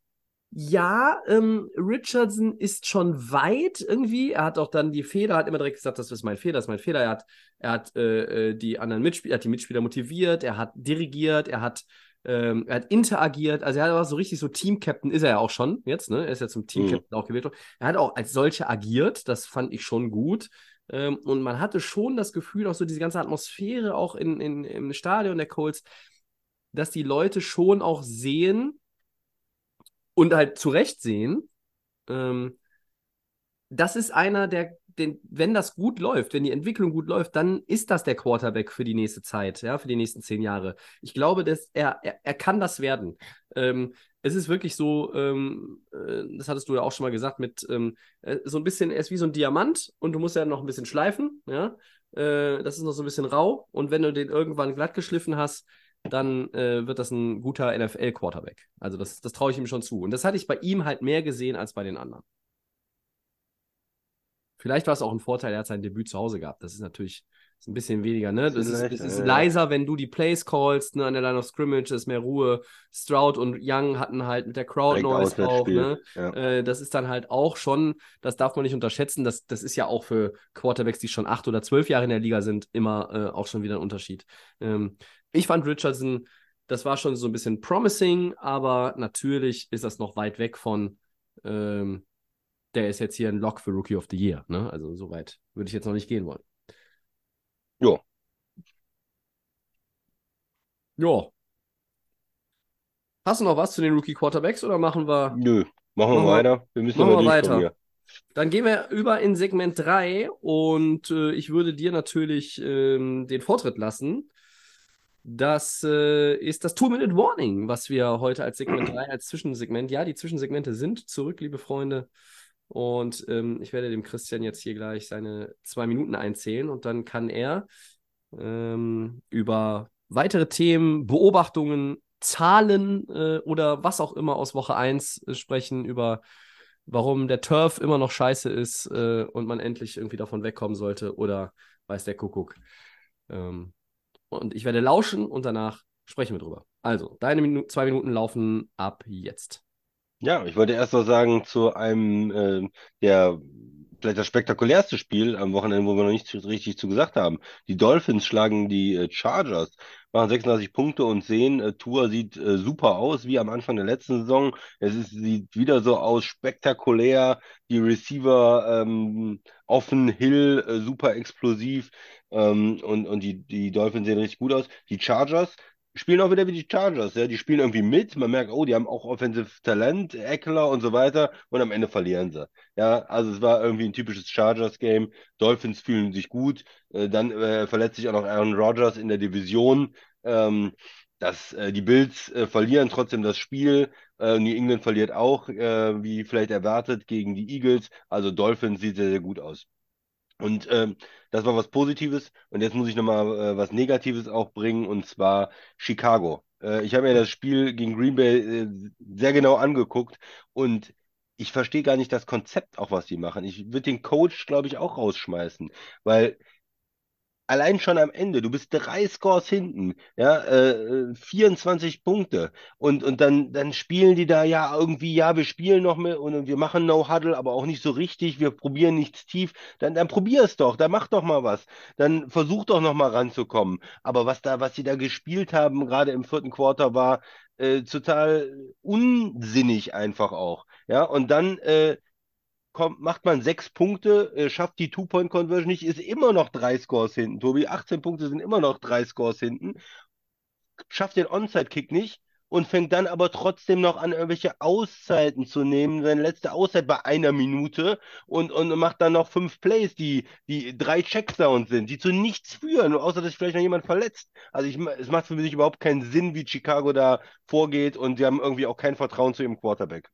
Ja, ähm, Richardson ist schon weit irgendwie. Er hat auch dann die Fehler, hat immer direkt gesagt, das ist mein Fehler, das ist mein Fehler. Er hat, er hat äh, äh, die anderen Mitspieler, hat die Mitspieler motiviert, er hat dirigiert, er hat, ähm, er hat interagiert. Also er hat aber so richtig so Team-Captain ist er ja auch schon jetzt, ne? Er ist ja zum Mhm. Team-Captain auch gewählt worden. Er hat auch als solcher agiert, das fand ich schon gut. Ähm, und man hatte schon das Gefühl, auch so diese ganze Atmosphäre auch in, in, im Stadion der Colts, dass die Leute schon auch sehen, und halt zu Recht sehen, ähm, das ist einer, der, den, wenn das gut läuft, wenn die Entwicklung gut läuft, dann ist das der Quarterback für die nächste Zeit, ja, für die nächsten zehn Jahre. Ich glaube, dass er, er, er kann das werden. Ähm, es ist wirklich so, ähm, äh, das hattest du ja auch schon mal gesagt, mit ähm, äh, so ein bisschen, er ist wie so ein Diamant und du musst ja noch ein bisschen schleifen, ja. Äh, das ist noch so ein bisschen rau und wenn du den irgendwann glatt geschliffen hast, dann äh, wird das ein guter N F L-Quarterback. Also das, das traue ich ihm schon zu. Und das hatte ich bei ihm halt mehr gesehen als bei den anderen. Vielleicht war es auch ein Vorteil, er hat sein Debüt zu Hause gehabt. Das ist natürlich ist ein bisschen weniger, ne? Das Bisschen ist, es leichter, ist ja, ja. leiser, wenn du die Plays callst, ne? An der Line of Scrimmage ist mehr Ruhe. Stroud und Young hatten halt mit der Crowd Direkt Noise auch, Auswärtsspiel. ne? Ja. Äh, das ist dann halt auch schon, das darf man nicht unterschätzen. Das, das ist ja auch für Quarterbacks, die schon acht oder zwölf Jahre in der Liga sind, immer äh, auch schon wieder ein Unterschied. Ähm, ich fand Richardson, das war schon so ein bisschen promising, aber natürlich ist das noch weit weg von ähm, der ist jetzt hier ein Lock für Rookie of the Year. Ne? Also so weit würde ich jetzt noch nicht gehen wollen. Jo, Jo. Hast du noch was zu den Rookie Quarterbacks oder machen wir, nö. Machen wir machen wir, weiter. Wir müssen machen aber wir durchkommen weiter? hier. Dann gehen wir über in Segment drei und äh, ich würde dir natürlich ähm, den Vortritt lassen. Das äh, ist das Two-Minute-Warning, was wir heute als Segment drei, als Zwischensegment, ja, die Zwischensegmente sind zurück, liebe Freunde. Und ähm, ich werde dem Christian jetzt hier gleich seine zwei Minuten einzählen und dann kann er ähm, über weitere Themen, Beobachtungen, Zahlen äh, oder was auch immer aus Woche eins äh, sprechen, über warum der Turf immer noch scheiße ist äh, und man endlich irgendwie davon wegkommen sollte oder weiß der Kuckuck. Ähm, und ich werde lauschen und danach sprechen wir drüber. Also, deine Minu zwei Minuten laufen ab jetzt. Ja, ich wollte erst noch sagen zu einem äh, der vielleicht das spektakulärste Spiel am Wochenende, wo wir noch nicht zu, richtig zu gesagt haben. Die Dolphins schlagen die äh, Chargers, machen sechsunddreißig Punkte und sehen, äh, Tua sieht äh, super aus, wie am Anfang der letzten Saison. Es ist, sieht wieder so aus, spektakulär, die Receiver ähm, offen, Hill äh, super explosiv ähm, und, und die, die Dolphins sehen richtig gut aus. Die Chargers spielen auch wieder wie die Chargers, ja. Die spielen irgendwie mit. Man merkt, oh, die haben auch Offensive Talent, Eckler und so weiter. Und am Ende verlieren sie. Ja, also es war irgendwie ein typisches Chargers-Game. Dolphins fühlen sich gut. Äh, dann äh, verletzt sich auch noch Aaron Rodgers in der Division. Ähm, das, äh, die Bills äh, verlieren trotzdem das Spiel. Äh, New England verliert auch, äh, wie vielleicht erwartet, gegen die Eagles. Also Dolphins sieht sehr, sehr gut aus. Und ähm, das war was Positives. Und jetzt muss ich nochmal äh, was Negatives auch bringen, und zwar Chicago. Äh, ich habe mir das Spiel gegen Green Bay äh, sehr genau angeguckt und ich verstehe gar nicht das Konzept, auch was die machen. Ich würde den Coach, glaube ich, auch rausschmeißen, weil allein schon am Ende, du bist drei Scores hinten, ja, äh, vierundzwanzig Punkte. Und, und dann, dann spielen die da ja irgendwie, ja, wir spielen noch mit und wir machen No-Huddle, aber auch nicht so richtig, wir probieren nichts tief. Dann, dann probier es doch, dann mach doch mal was. Dann versuch doch noch mal ranzukommen. Aber was da, was sie da gespielt haben, gerade im vierten Quarter, war äh, total unsinnig einfach auch. Ja, und dann äh, kommt, macht man sechs Punkte, äh, schafft die Two-Point-Conversion nicht, ist immer noch drei Scores hinten. Tobi, achtzehn Punkte sind immer noch drei Scores hinten, schafft den Onside-Kick nicht und fängt dann aber trotzdem noch an, irgendwelche Auszeiten zu nehmen. Seine letzte Auszeit bei einer Minute und, und macht dann noch fünf Plays, die, die drei Checkdowns sind, die zu nichts führen, außer dass sich vielleicht noch jemand verletzt. Also ich, es macht für mich überhaupt keinen Sinn, wie Chicago da vorgeht, und sie haben irgendwie auch kein Vertrauen zu ihrem Quarterback.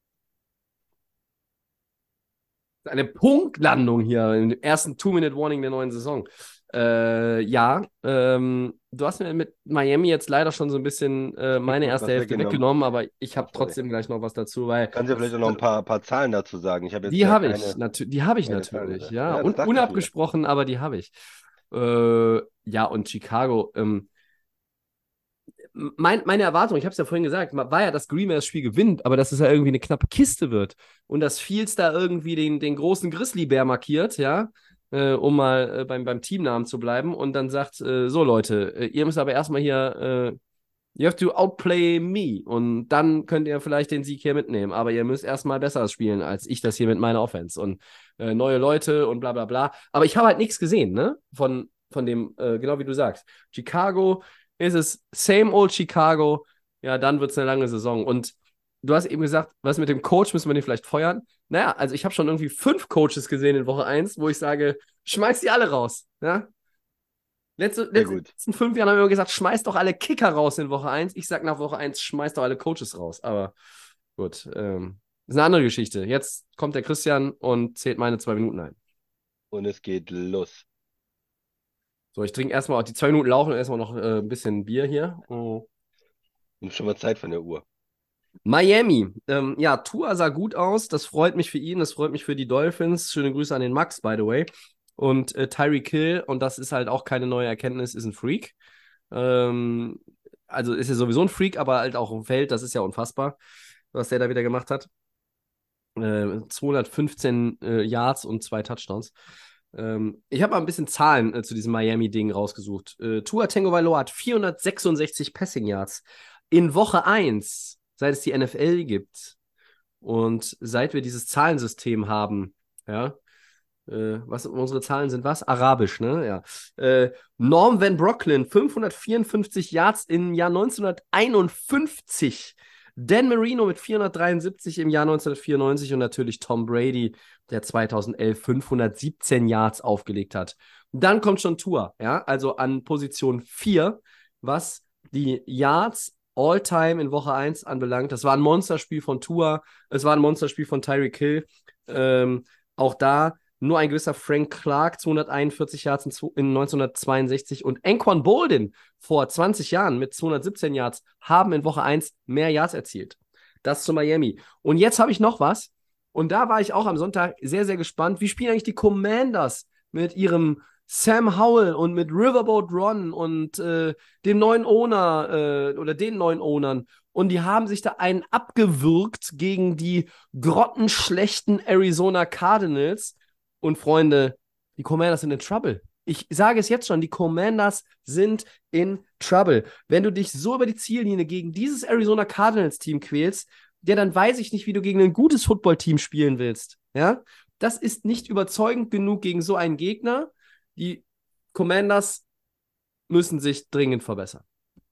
Eine Punktlandung hier im ersten Two-Minute-Warning der neuen Saison. Äh, ja, ähm, du hast mir mit Miami jetzt leider schon so ein bisschen äh, meine erste Was Hälfte weggenommen. weggenommen, aber ich Ach, habe sorry. trotzdem gleich noch was dazu, weil Kannst ja vielleicht das, auch noch ein paar, paar Zahlen dazu sagen. Ich habe jetzt die ja habe ich, keine, natü die habe ich keine Zahlen natürlich, gesehen. ja, Ja, das Un dachte ich mir. unabgesprochen, aber die habe ich. Äh, ja, und Chicago, ähm, mein, meine Erwartung, ich habe es ja vorhin gesagt, war ja, dass Green Bay das Spiel gewinnt, aber dass es ja irgendwie eine knappe Kiste wird und dass Fields da irgendwie den, den großen Grizzlybär markiert, ja, äh, um mal äh, beim, beim Teamnamen zu bleiben und dann sagt, äh, so Leute, äh, ihr müsst aber erstmal hier, äh, you have to outplay me und dann könnt ihr vielleicht den Sieg hier mitnehmen, aber ihr müsst erstmal besser spielen, als ich das hier mit meiner Offense und äh, neue Leute und bla bla bla. Aber ich habe halt nichts gesehen, ne, von, von dem, äh, genau wie du sagst. Chicago ist es same old Chicago, ja, dann wird es eine lange Saison. Und du hast eben gesagt, was mit dem Coach, müssen wir den vielleicht feuern? Naja, also ich habe schon irgendwie fünf Coaches gesehen in Woche eins, wo ich sage, schmeiß die alle raus. Ja? Letzte, Sehr letzte, gut. letzten fünf Jahren haben wir immer gesagt, schmeiß doch alle Kicker raus in Woche eins. Ich sage nach Woche eins, schmeiß doch alle Coaches raus. Aber gut, ähm, ist eine andere Geschichte. Jetzt kommt der Christian und zählt meine zwei Minuten ein. Und es geht los. So, ich trinke erstmal, die zwei Minuten laufen, erstmal noch äh, ein bisschen Bier hier. Oh. Nimm schon mal Zeit von der Uhr. Miami. Ähm, ja, Tua sah gut aus. Das freut mich für ihn. Das freut mich für die Dolphins. Schöne Grüße an den Max, by the way. Und äh, Tyreek Hill, und das ist halt auch keine neue Erkenntnis, ist ein Freak. Ähm, also ist er sowieso ein Freak, aber halt auch im Feld. Das ist ja unfassbar, was der da wieder gemacht hat. Äh, zweihundertfünfzehn äh, Yards und zwei Touchdowns. Ähm, ich habe mal ein bisschen Zahlen äh, zu diesem Miami-Ding rausgesucht. Äh, Tua Tagovailoa hat vierhundertsechsundsechzig Passing Yards in Woche eins, seit es die N F L gibt und seit wir dieses Zahlensystem haben, ja, äh, was unsere Zahlen sind, was? Arabisch, ne? Ja. Äh, Norm Van Brocklin, fünfhundertvierundfünfzig Yards im Jahr neunzehnhunderteinundfünfzig. Dan Marino mit vierhundertdreiundsiebzig im Jahr neunzehnhundertvierundneunzig und natürlich Tom Brady, der zweitausendelf fünfhundertsiebzehn Yards aufgelegt hat. Dann kommt schon Tua, ja, also an Position vier, was die Yards All-Time in Woche eins anbelangt. Das war ein Monsterspiel von Tua, es war ein Monsterspiel von Tyreek Hill. Ähm, auch da nur ein gewisser Frank Clark, zweihunderteinundvierzig Yards in, in neunzehnhundertzweiundsechzig und Anquan Boldin vor zwanzig Jahren mit zweihundertsiebzehn Yards haben in Woche eins mehr Yards erzielt. Das zu Miami. Und jetzt habe ich noch was. Und da war ich auch am Sonntag sehr, sehr gespannt. Wie spielen eigentlich die Commanders mit ihrem Sam Howell und mit Riverboat Ron und äh, dem neuen Owner äh, oder den neuen Ownern? Und die haben sich da einen abgewürgt gegen die grottenschlechten Arizona Cardinals. Und Freunde, die Commanders sind in Trouble. Ich sage es jetzt schon, die Commanders sind in Trouble. Wenn du dich so über die Ziellinie gegen dieses Arizona Cardinals-Team quälst, ja, dann weiß ich nicht, wie du gegen ein gutes Football-Team spielen willst. Ja? Das ist nicht überzeugend genug gegen so einen Gegner. Die Commanders müssen sich dringend verbessern.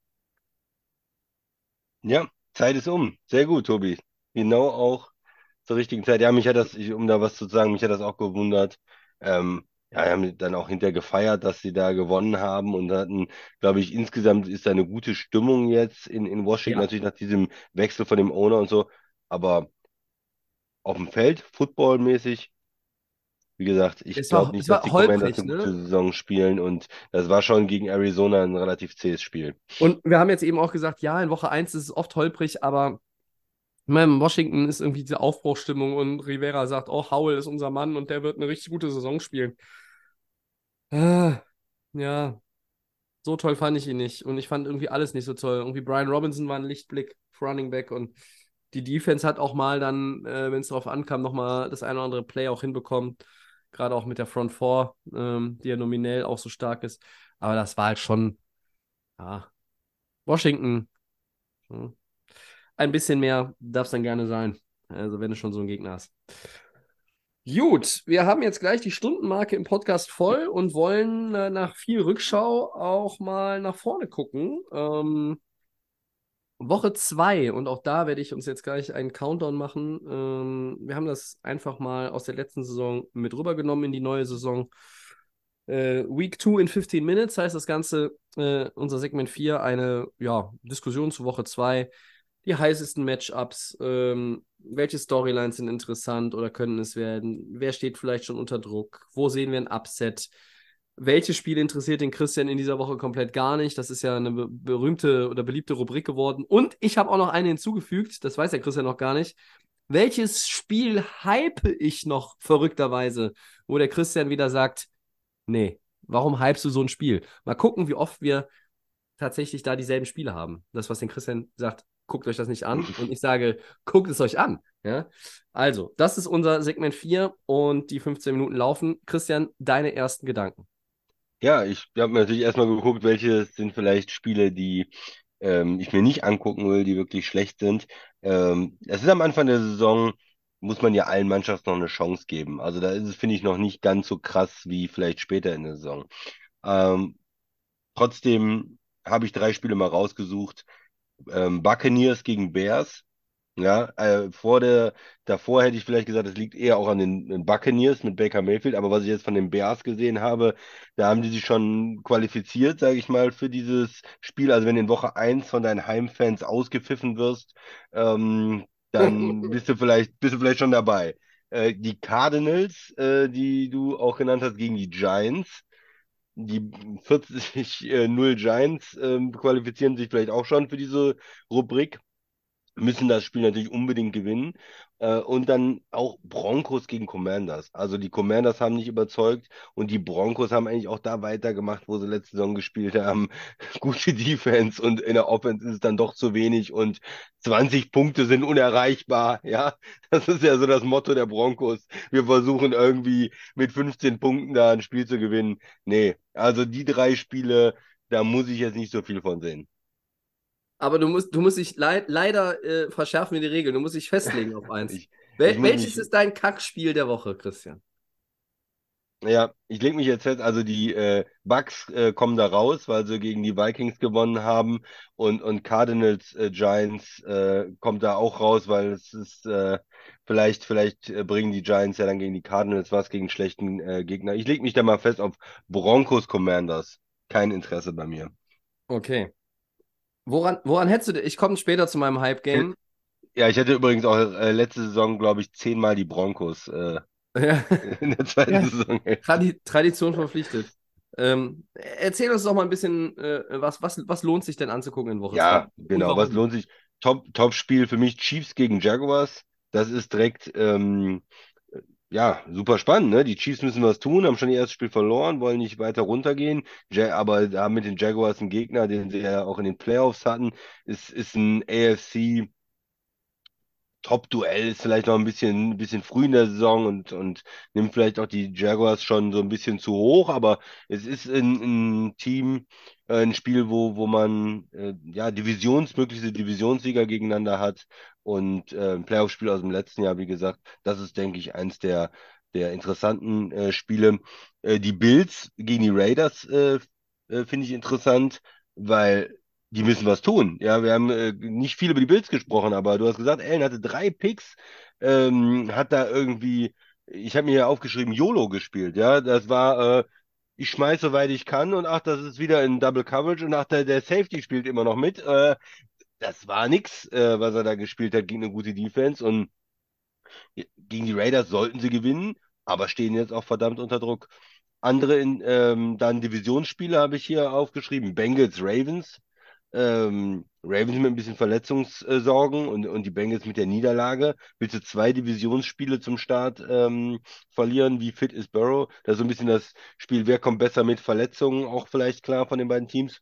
Ja, Zeit ist um. Sehr gut, Tobi. Genau auch zur richtigen Zeit. Ja, mich hat das, ich, um da was zu sagen, mich hat das auch gewundert. Ähm, ja, wir haben dann auch hinterher gefeiert, dass sie da gewonnen haben und hatten, glaube ich, insgesamt ist da eine gute Stimmung jetzt in, in Washington, Ja. natürlich nach diesem Wechsel von dem Owner und so. Aber auf dem Feld, footballmäßig, wie gesagt, ich Es glaube war, es nicht, dass war die Commanders holprig, eine gute ne? Saison spielen und das war schon gegen Arizona ein relativ zähes Spiel. Und wir haben jetzt eben auch gesagt, ja, in Woche eins ist es oft holprig, aber ich meine, in Washington ist irgendwie diese Aufbruchstimmung und Rivera sagt, oh, Howell ist unser Mann und der wird eine richtig gute Saison spielen. Ah, ja, so toll fand ich ihn nicht. Und ich fand irgendwie alles nicht so toll. Irgendwie Brian Robinson war ein Lichtblick, Running Back und die Defense hat auch mal dann, äh, wenn es darauf ankam, nochmal das ein oder andere Play auch hinbekommen. Gerade auch mit der Front Four, ähm, die ja nominell auch so stark ist. Aber das war halt schon, ja, Washington. Ja. Ein bisschen mehr darf es dann gerne sein. Also, wenn du schon so einen Gegner hast. Gut, wir haben jetzt gleich die Stundenmarke im Podcast voll und wollen äh, nach viel Rückschau auch mal nach vorne gucken. Ähm, Woche zwei und auch da werde ich uns jetzt gleich einen Countdown machen. Ähm, wir haben das einfach mal aus der letzten Saison mit rübergenommen in die neue Saison. Äh, Week zwei in fifteen Minutes heißt das Ganze, äh, unser Segment vier, eine ja, Diskussion zu Woche zwei. Die heißesten Matchups, ähm, welche Storylines sind interessant oder können es werden? Wer steht vielleicht schon unter Druck? Wo sehen wir ein Upset? Welches Spiel interessiert den Christian in dieser Woche komplett gar nicht? Das ist ja eine be- berühmte oder beliebte Rubrik geworden. Und ich habe auch noch eine hinzugefügt, das weiß der Christian noch gar nicht. Welches Spiel hype ich noch verrückterweise, wo der Christian wieder sagt, nee, warum hypst du so ein Spiel? Mal gucken, wie oft wir tatsächlich da dieselben Spiele haben. Das, was den Christian sagt, guckt euch das nicht an. Und ich sage, guckt es euch an. Ja? Also, das ist unser Segment vier und die fünfzehn Minuten laufen. Christian, deine ersten Gedanken. Ja, ich habe mir natürlich erstmal geguckt, welche sind vielleicht Spiele, die ähm, ich mir nicht angucken will, die wirklich schlecht sind. Ähm, es ist am Anfang der Saison, muss man ja allen Mannschaften noch eine Chance geben. Also da ist es, finde ich, noch nicht ganz so krass wie vielleicht später in der Saison. Ähm, Trotzdem habe ich drei Spiele mal rausgesucht. Ähm, Buccaneers gegen Bears. Ja, äh, vor der, davor hätte ich vielleicht gesagt, es liegt eher auch an den, den Buccaneers mit Baker Mayfield, aber was ich jetzt von den Bears gesehen habe, da haben die sich schon qualifiziert, sage ich mal, für dieses Spiel. Also wenn du in Woche eins von deinen Heimfans ausgepfiffen wirst, ähm, dann bist du vielleicht, bist du vielleicht schon dabei. Äh, die Cardinals, äh, die du auch genannt hast, gegen die Giants. Die vierzig null Giants ähm, qualifizieren sich vielleicht auch schon für diese Rubrik, müssen das Spiel natürlich unbedingt gewinnen. Äh, und dann auch Broncos gegen Commanders. Also die Commanders haben nicht überzeugt und die Broncos haben eigentlich auch da weitergemacht, wo sie letzte Saison gespielt haben. Gute Defense und in der Offense ist es dann doch zu wenig und zwanzig Punkte sind unerreichbar. Ja, das ist ja so das Motto der Broncos. Wir versuchen irgendwie mit fünfzehn Punkten da ein Spiel zu gewinnen. Nee, also die drei Spiele, da muss ich jetzt nicht so viel von sehen. Aber du musst, du musst dich leid, leider äh, verschärfen wir die Regeln. Du musst dich festlegen auf eins. Ich, ich Wel muss welches mich ist dein Kackspiel der Woche, Christian? Ja, ich lege mich jetzt fest, also die äh, Bucks äh, kommen da raus, weil sie gegen die Vikings gewonnen haben und, und Cardinals äh, Giants äh, kommt da auch raus, weil es ist äh, vielleicht, vielleicht äh, bringen die Giants ja dann gegen die Cardinals was, gegen einen schlechten äh, Gegner. Ich lege mich da mal fest auf Broncos Commanders. Kein Interesse bei mir. Okay. Woran, woran hättest du, ich komme später zu meinem Hype-Game. Ja, ich hätte übrigens auch äh, letzte Saison, glaube ich, zehnmal die Broncos äh, Ja, in der zweiten ja. Saisonhälfte. Tradi Tradition verpflichtet. Ähm, erzähl uns doch mal ein bisschen, äh, was, was, was lohnt sich denn anzugucken in Woche zwei? Ja, Und genau. Was warum? lohnt sich? Top, Top-Spiel für mich Chiefs gegen Jaguars. Das ist direkt, ähm, ja, super spannend, ne? Die Chiefs müssen was tun, haben schon ihr erstes Spiel verloren, wollen nicht weiter runtergehen, ja, aber haben mit den Jaguars einen Gegner, den sie ja auch in den Playoffs hatten. Es ist ein A F C Top-Duell, ist vielleicht noch ein bisschen, ein bisschen früh in der Saison und, und nimmt vielleicht auch die Jaguars schon so ein bisschen zu hoch, aber es ist ein, ein Team, äh, ein Spiel, wo, wo man äh, ja Divisions, mögliche Divisionssieger gegeneinander hat und äh, ein Playoff-Spiel aus dem letzten Jahr, wie gesagt, das ist, denke ich, eins der, der interessanten äh, Spiele. Äh, die Bills gegen die Raiders äh, äh, finde ich interessant, weil die müssen was tun. Ja, wir haben äh, nicht viel über die Bills gesprochen, aber du hast gesagt, Allen hatte drei Picks, ähm, hat da irgendwie, ich habe mir hier aufgeschrieben, YOLO gespielt. Ja, das war, äh, ich schmeiße, soweit ich kann und ach, das ist wieder in Double Coverage und ach, der, der Safety spielt immer noch mit. Äh, das war nix, äh, was er da gespielt hat gegen eine gute Defense und gegen die Raiders sollten sie gewinnen, aber stehen jetzt auch verdammt unter Druck. Andere in, ähm, dann Divisionsspiele habe ich hier aufgeschrieben. Bengals, Ravens. Ähm, Ravens mit ein bisschen Verletzungssorgen und, und die Bengals mit der Niederlage. Willst du zwei Divisionsspiele zum Start ähm, verlieren? Wie fit ist Burrow? Das ist so ein bisschen das Spiel, wer kommt besser mit Verletzungen, auch vielleicht klar von den beiden Teams.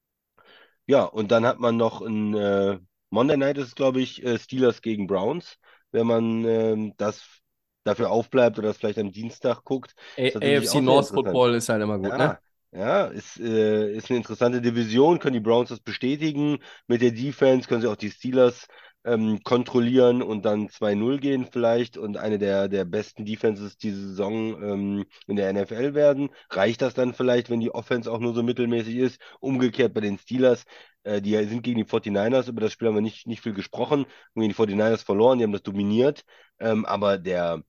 Ja, und dann hat man noch ein äh, Monday Night ist, glaube ich, äh, Steelers gegen Browns. Wenn man ähm, das dafür aufbleibt oder das vielleicht am Dienstag guckt, ist A- natürlich AFC auch sehr North interessant. Football ist halt immer gut, ne? Ja, ja, ist, äh, ist eine interessante Division. Können die Browns das bestätigen? Mit der Defense können sie auch die Steelers ähm, kontrollieren und dann zwei null gehen vielleicht und eine der, der besten Defenses diese Saison ähm, in der N F L werden. Reicht das dann vielleicht, wenn die Offense auch nur so mittelmäßig ist? Umgekehrt bei den Steelers, äh, die sind gegen die forty-niners, über das Spiel haben wir nicht, nicht viel gesprochen, haben gegen die forty-niners verloren, die haben das dominiert, ähm, aber der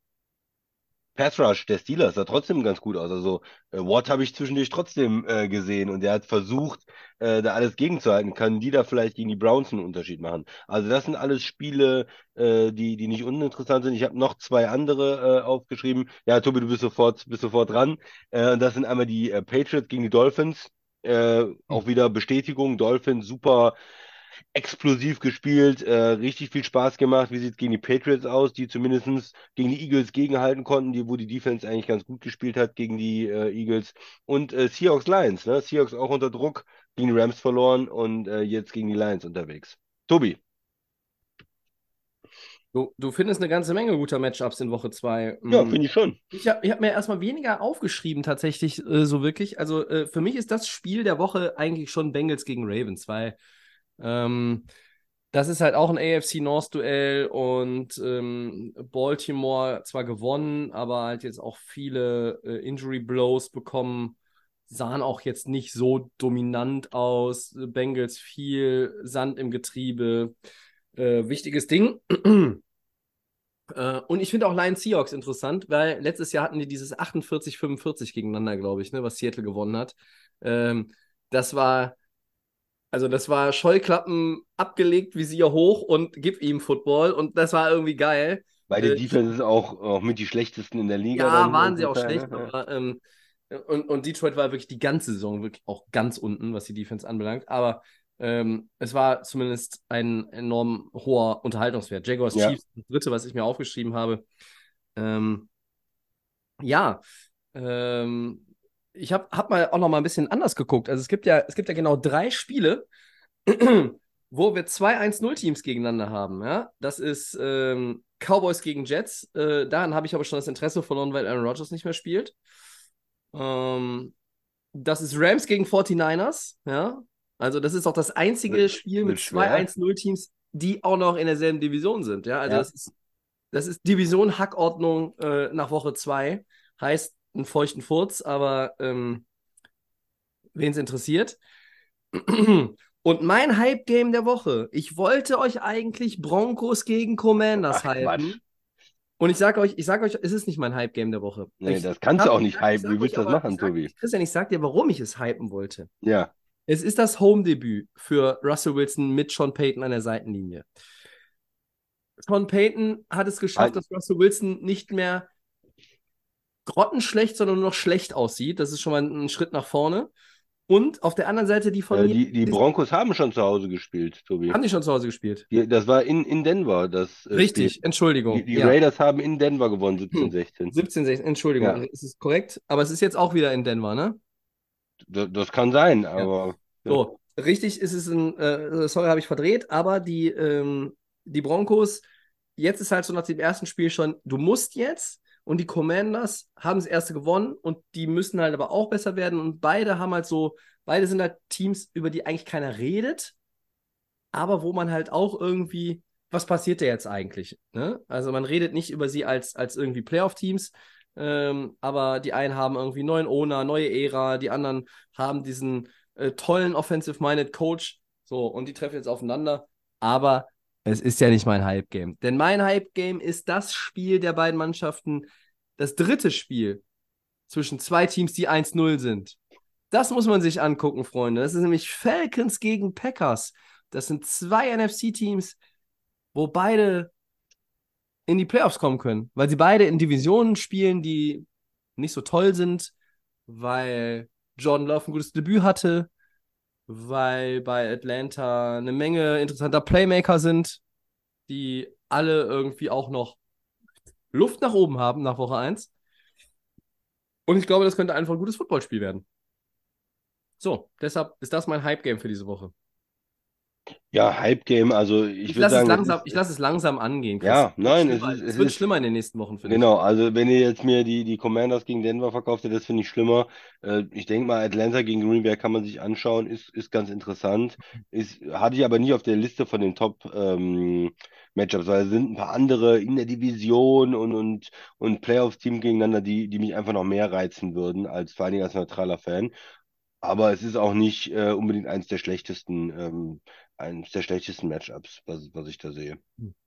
Pass Rush der Steelers sah trotzdem ganz gut aus. Also äh, Watt habe ich zwischendurch trotzdem äh, gesehen und der hat versucht, äh, da alles gegenzuhalten. Können die da vielleicht gegen die Browns einen Unterschied machen? Also das sind alles Spiele, äh, die, die nicht uninteressant sind. Ich habe noch zwei andere äh, aufgeschrieben. Ja, Tobi, du bist sofort, bist sofort dran. Äh, und das sind einmal die äh, Patriots gegen die Dolphins. Äh, Hm. auch wieder Bestätigung. Dolphins super explosiv gespielt, äh, richtig viel Spaß gemacht. Wie sieht es gegen die Patriots aus, die zumindest gegen die Eagles gegenhalten konnten, die, wo die Defense eigentlich ganz gut gespielt hat gegen die äh, Eagles. Und äh, Seahawks Lions, ne? Seahawks auch unter Druck, gegen die Rams verloren und äh, jetzt gegen die Lions unterwegs. Tobi. Du, du findest eine ganze Menge guter Matchups in Woche zwei. Ja, finde ich schon. Ich habe ich hab mir erstmal weniger aufgeschrieben, tatsächlich, äh, so wirklich. Also äh, für mich ist das Spiel der Woche eigentlich schon Bengals gegen Ravens, weil ähm, das ist halt auch ein A F C North-Duell und ähm, Baltimore zwar gewonnen, aber halt jetzt auch viele äh, Injury-Blows bekommen, sahen auch jetzt nicht so dominant aus. Bengals viel Sand im Getriebe. Äh, wichtiges Ding. Äh, und ich finde auch Lions Seahawks interessant, weil letztes Jahr hatten die dieses achtundvierzig fünfundvierzig gegeneinander, glaube ich, ne, was Seattle gewonnen hat. Ähm, das war, also das war Scheuklappen abgelegt, Visier hoch und gib ihm Football und das war irgendwie geil. Beide Äh, Defenses auch, auch mit die schlechtesten in der Liga ja, dann waren äh, sie zum auch Teil, schlecht, ne? aber ähm, und, und Detroit war wirklich die ganze Saison wirklich auch ganz unten, was die Defense anbelangt. Aber ähm, es war zumindest ein enorm hoher Unterhaltungswert. Jaguars Ja, Chiefs, das dritte, was ich mir aufgeschrieben habe. Ähm, ja, ähm, ich habe hab mal auch noch mal ein bisschen anders geguckt. Also es gibt ja, es gibt ja genau drei Spiele, wo wir zwei eins null Teams gegeneinander haben. Ja? Das ist ähm, Cowboys gegen Jets. Äh, daran habe ich aber schon das Interesse verloren, weil Aaron Rodgers nicht mehr spielt. Ähm, das ist Rams gegen forty-niners. Ja? Also das ist auch das einzige wird, Spiel mit wird zwei schwer. eins null Teams, die auch noch in derselben Division sind. Ja? Also Ja. das ist, das ist Division Hackordnung äh, nach Woche zwei. Heißt einen feuchten Furz, aber ähm, wen es interessiert. Und mein Hype-Game der Woche. Ich wollte euch eigentlich Broncos gegen Commanders Ach, Quatsch. hypen. Und ich sage euch, ich sage euch, es ist nicht mein Hype-Game der Woche. Nee, Ich, das ich, kannst du hab, auch ich, nicht sag, ich hypen. Wie sag euch willst du das aber, ich machen, sag, Tobi? Christian, ich sag dir, warum ich es hypen wollte. Ja. Es ist das Home-Debüt für Russell Wilson mit Sean Payton an der Seitenlinie. Sean Payton hat es geschafft, Halt, dass Russell Wilson nicht mehr grottenschlecht, sondern nur noch schlecht aussieht. Das ist schon mal ein Schritt nach vorne. Und auf der anderen Seite die von äh, mir. die, die Ist, Broncos haben schon zu Hause gespielt, Tobi. haben die schon zu Hause gespielt? Die, das war in, in Denver, das äh, Spiel. Richtig, Die, Entschuldigung. die Ja. Raiders haben in Denver gewonnen, siebzehn Hm. sechzehn. siebzehn, sechzehn, Entschuldigung, Ja, es ist korrekt. Aber es ist jetzt auch wieder in Denver, ne? das, das kann sein, Ja. aber ja. So, richtig ist es ein, äh, sorry, habe ich verdreht, aber die, ähm, die Broncos, jetzt ist halt so nach dem ersten Spiel schon, du musst jetzt und die Commanders haben das erste gewonnen und die müssen halt aber auch besser werden und beide haben halt so, beide sind halt Teams, über die eigentlich keiner redet, aber wo man halt auch irgendwie, was passiert da jetzt eigentlich? Ne? Also man redet nicht über sie als, als irgendwie Playoff-Teams, ähm, aber die einen haben irgendwie neuen Owner, neue Ära, die anderen haben diesen äh, tollen Offensive-Minded Coach, so, und die treffen jetzt aufeinander, aber es ist ja nicht mein Hype-Game. Denn mein Hype-Game ist das Spiel der beiden Mannschaften, das dritte Spiel zwischen zwei Teams, die eins null sind. Das muss man sich angucken, Freunde. Das ist nämlich Falcons gegen Packers. Das sind zwei N F C-Teams, wo beide in die Playoffs kommen können, weil sie beide in Divisionen spielen, die nicht so toll sind, weil Jordan Love ein gutes Debüt hatte, weil bei Atlanta eine Menge interessanter Playmaker sind, die alle irgendwie auch noch Luft nach oben haben nach Woche eins. Und ich glaube, das könnte einfach ein gutes Footballspiel werden. So, deshalb ist das mein Hype-Game für diese Woche. Ja, Hype-Game, also ich Ich würde lasse es sagen, es langsam, ist, ich lasse es langsam angehen, Christian. ja, Es wird nein, es schlimmer, ist, es es wird ist, schlimmer in den nächsten Wochen, finde ich. genau, also wenn ihr jetzt mir die, die Commanders gegen Denver verkauft hättet, das finde ich schlimmer. Äh, ich denke mal, Atlanta gegen Green Bay kann man sich anschauen, ist, ist ganz interessant. Ist, hatte ich aber nie auf der Liste von den Top ähm, Matchups, weil es sind ein paar andere in der Division und, und, und Playoff-Team gegeneinander, die, die mich einfach noch mehr reizen würden, als vor allen Dingen als neutraler Fan. Aber es ist auch nicht äh, unbedingt eins der schlechtesten, ähm, eines der schlechtesten Matchups, was, was ich da sehe.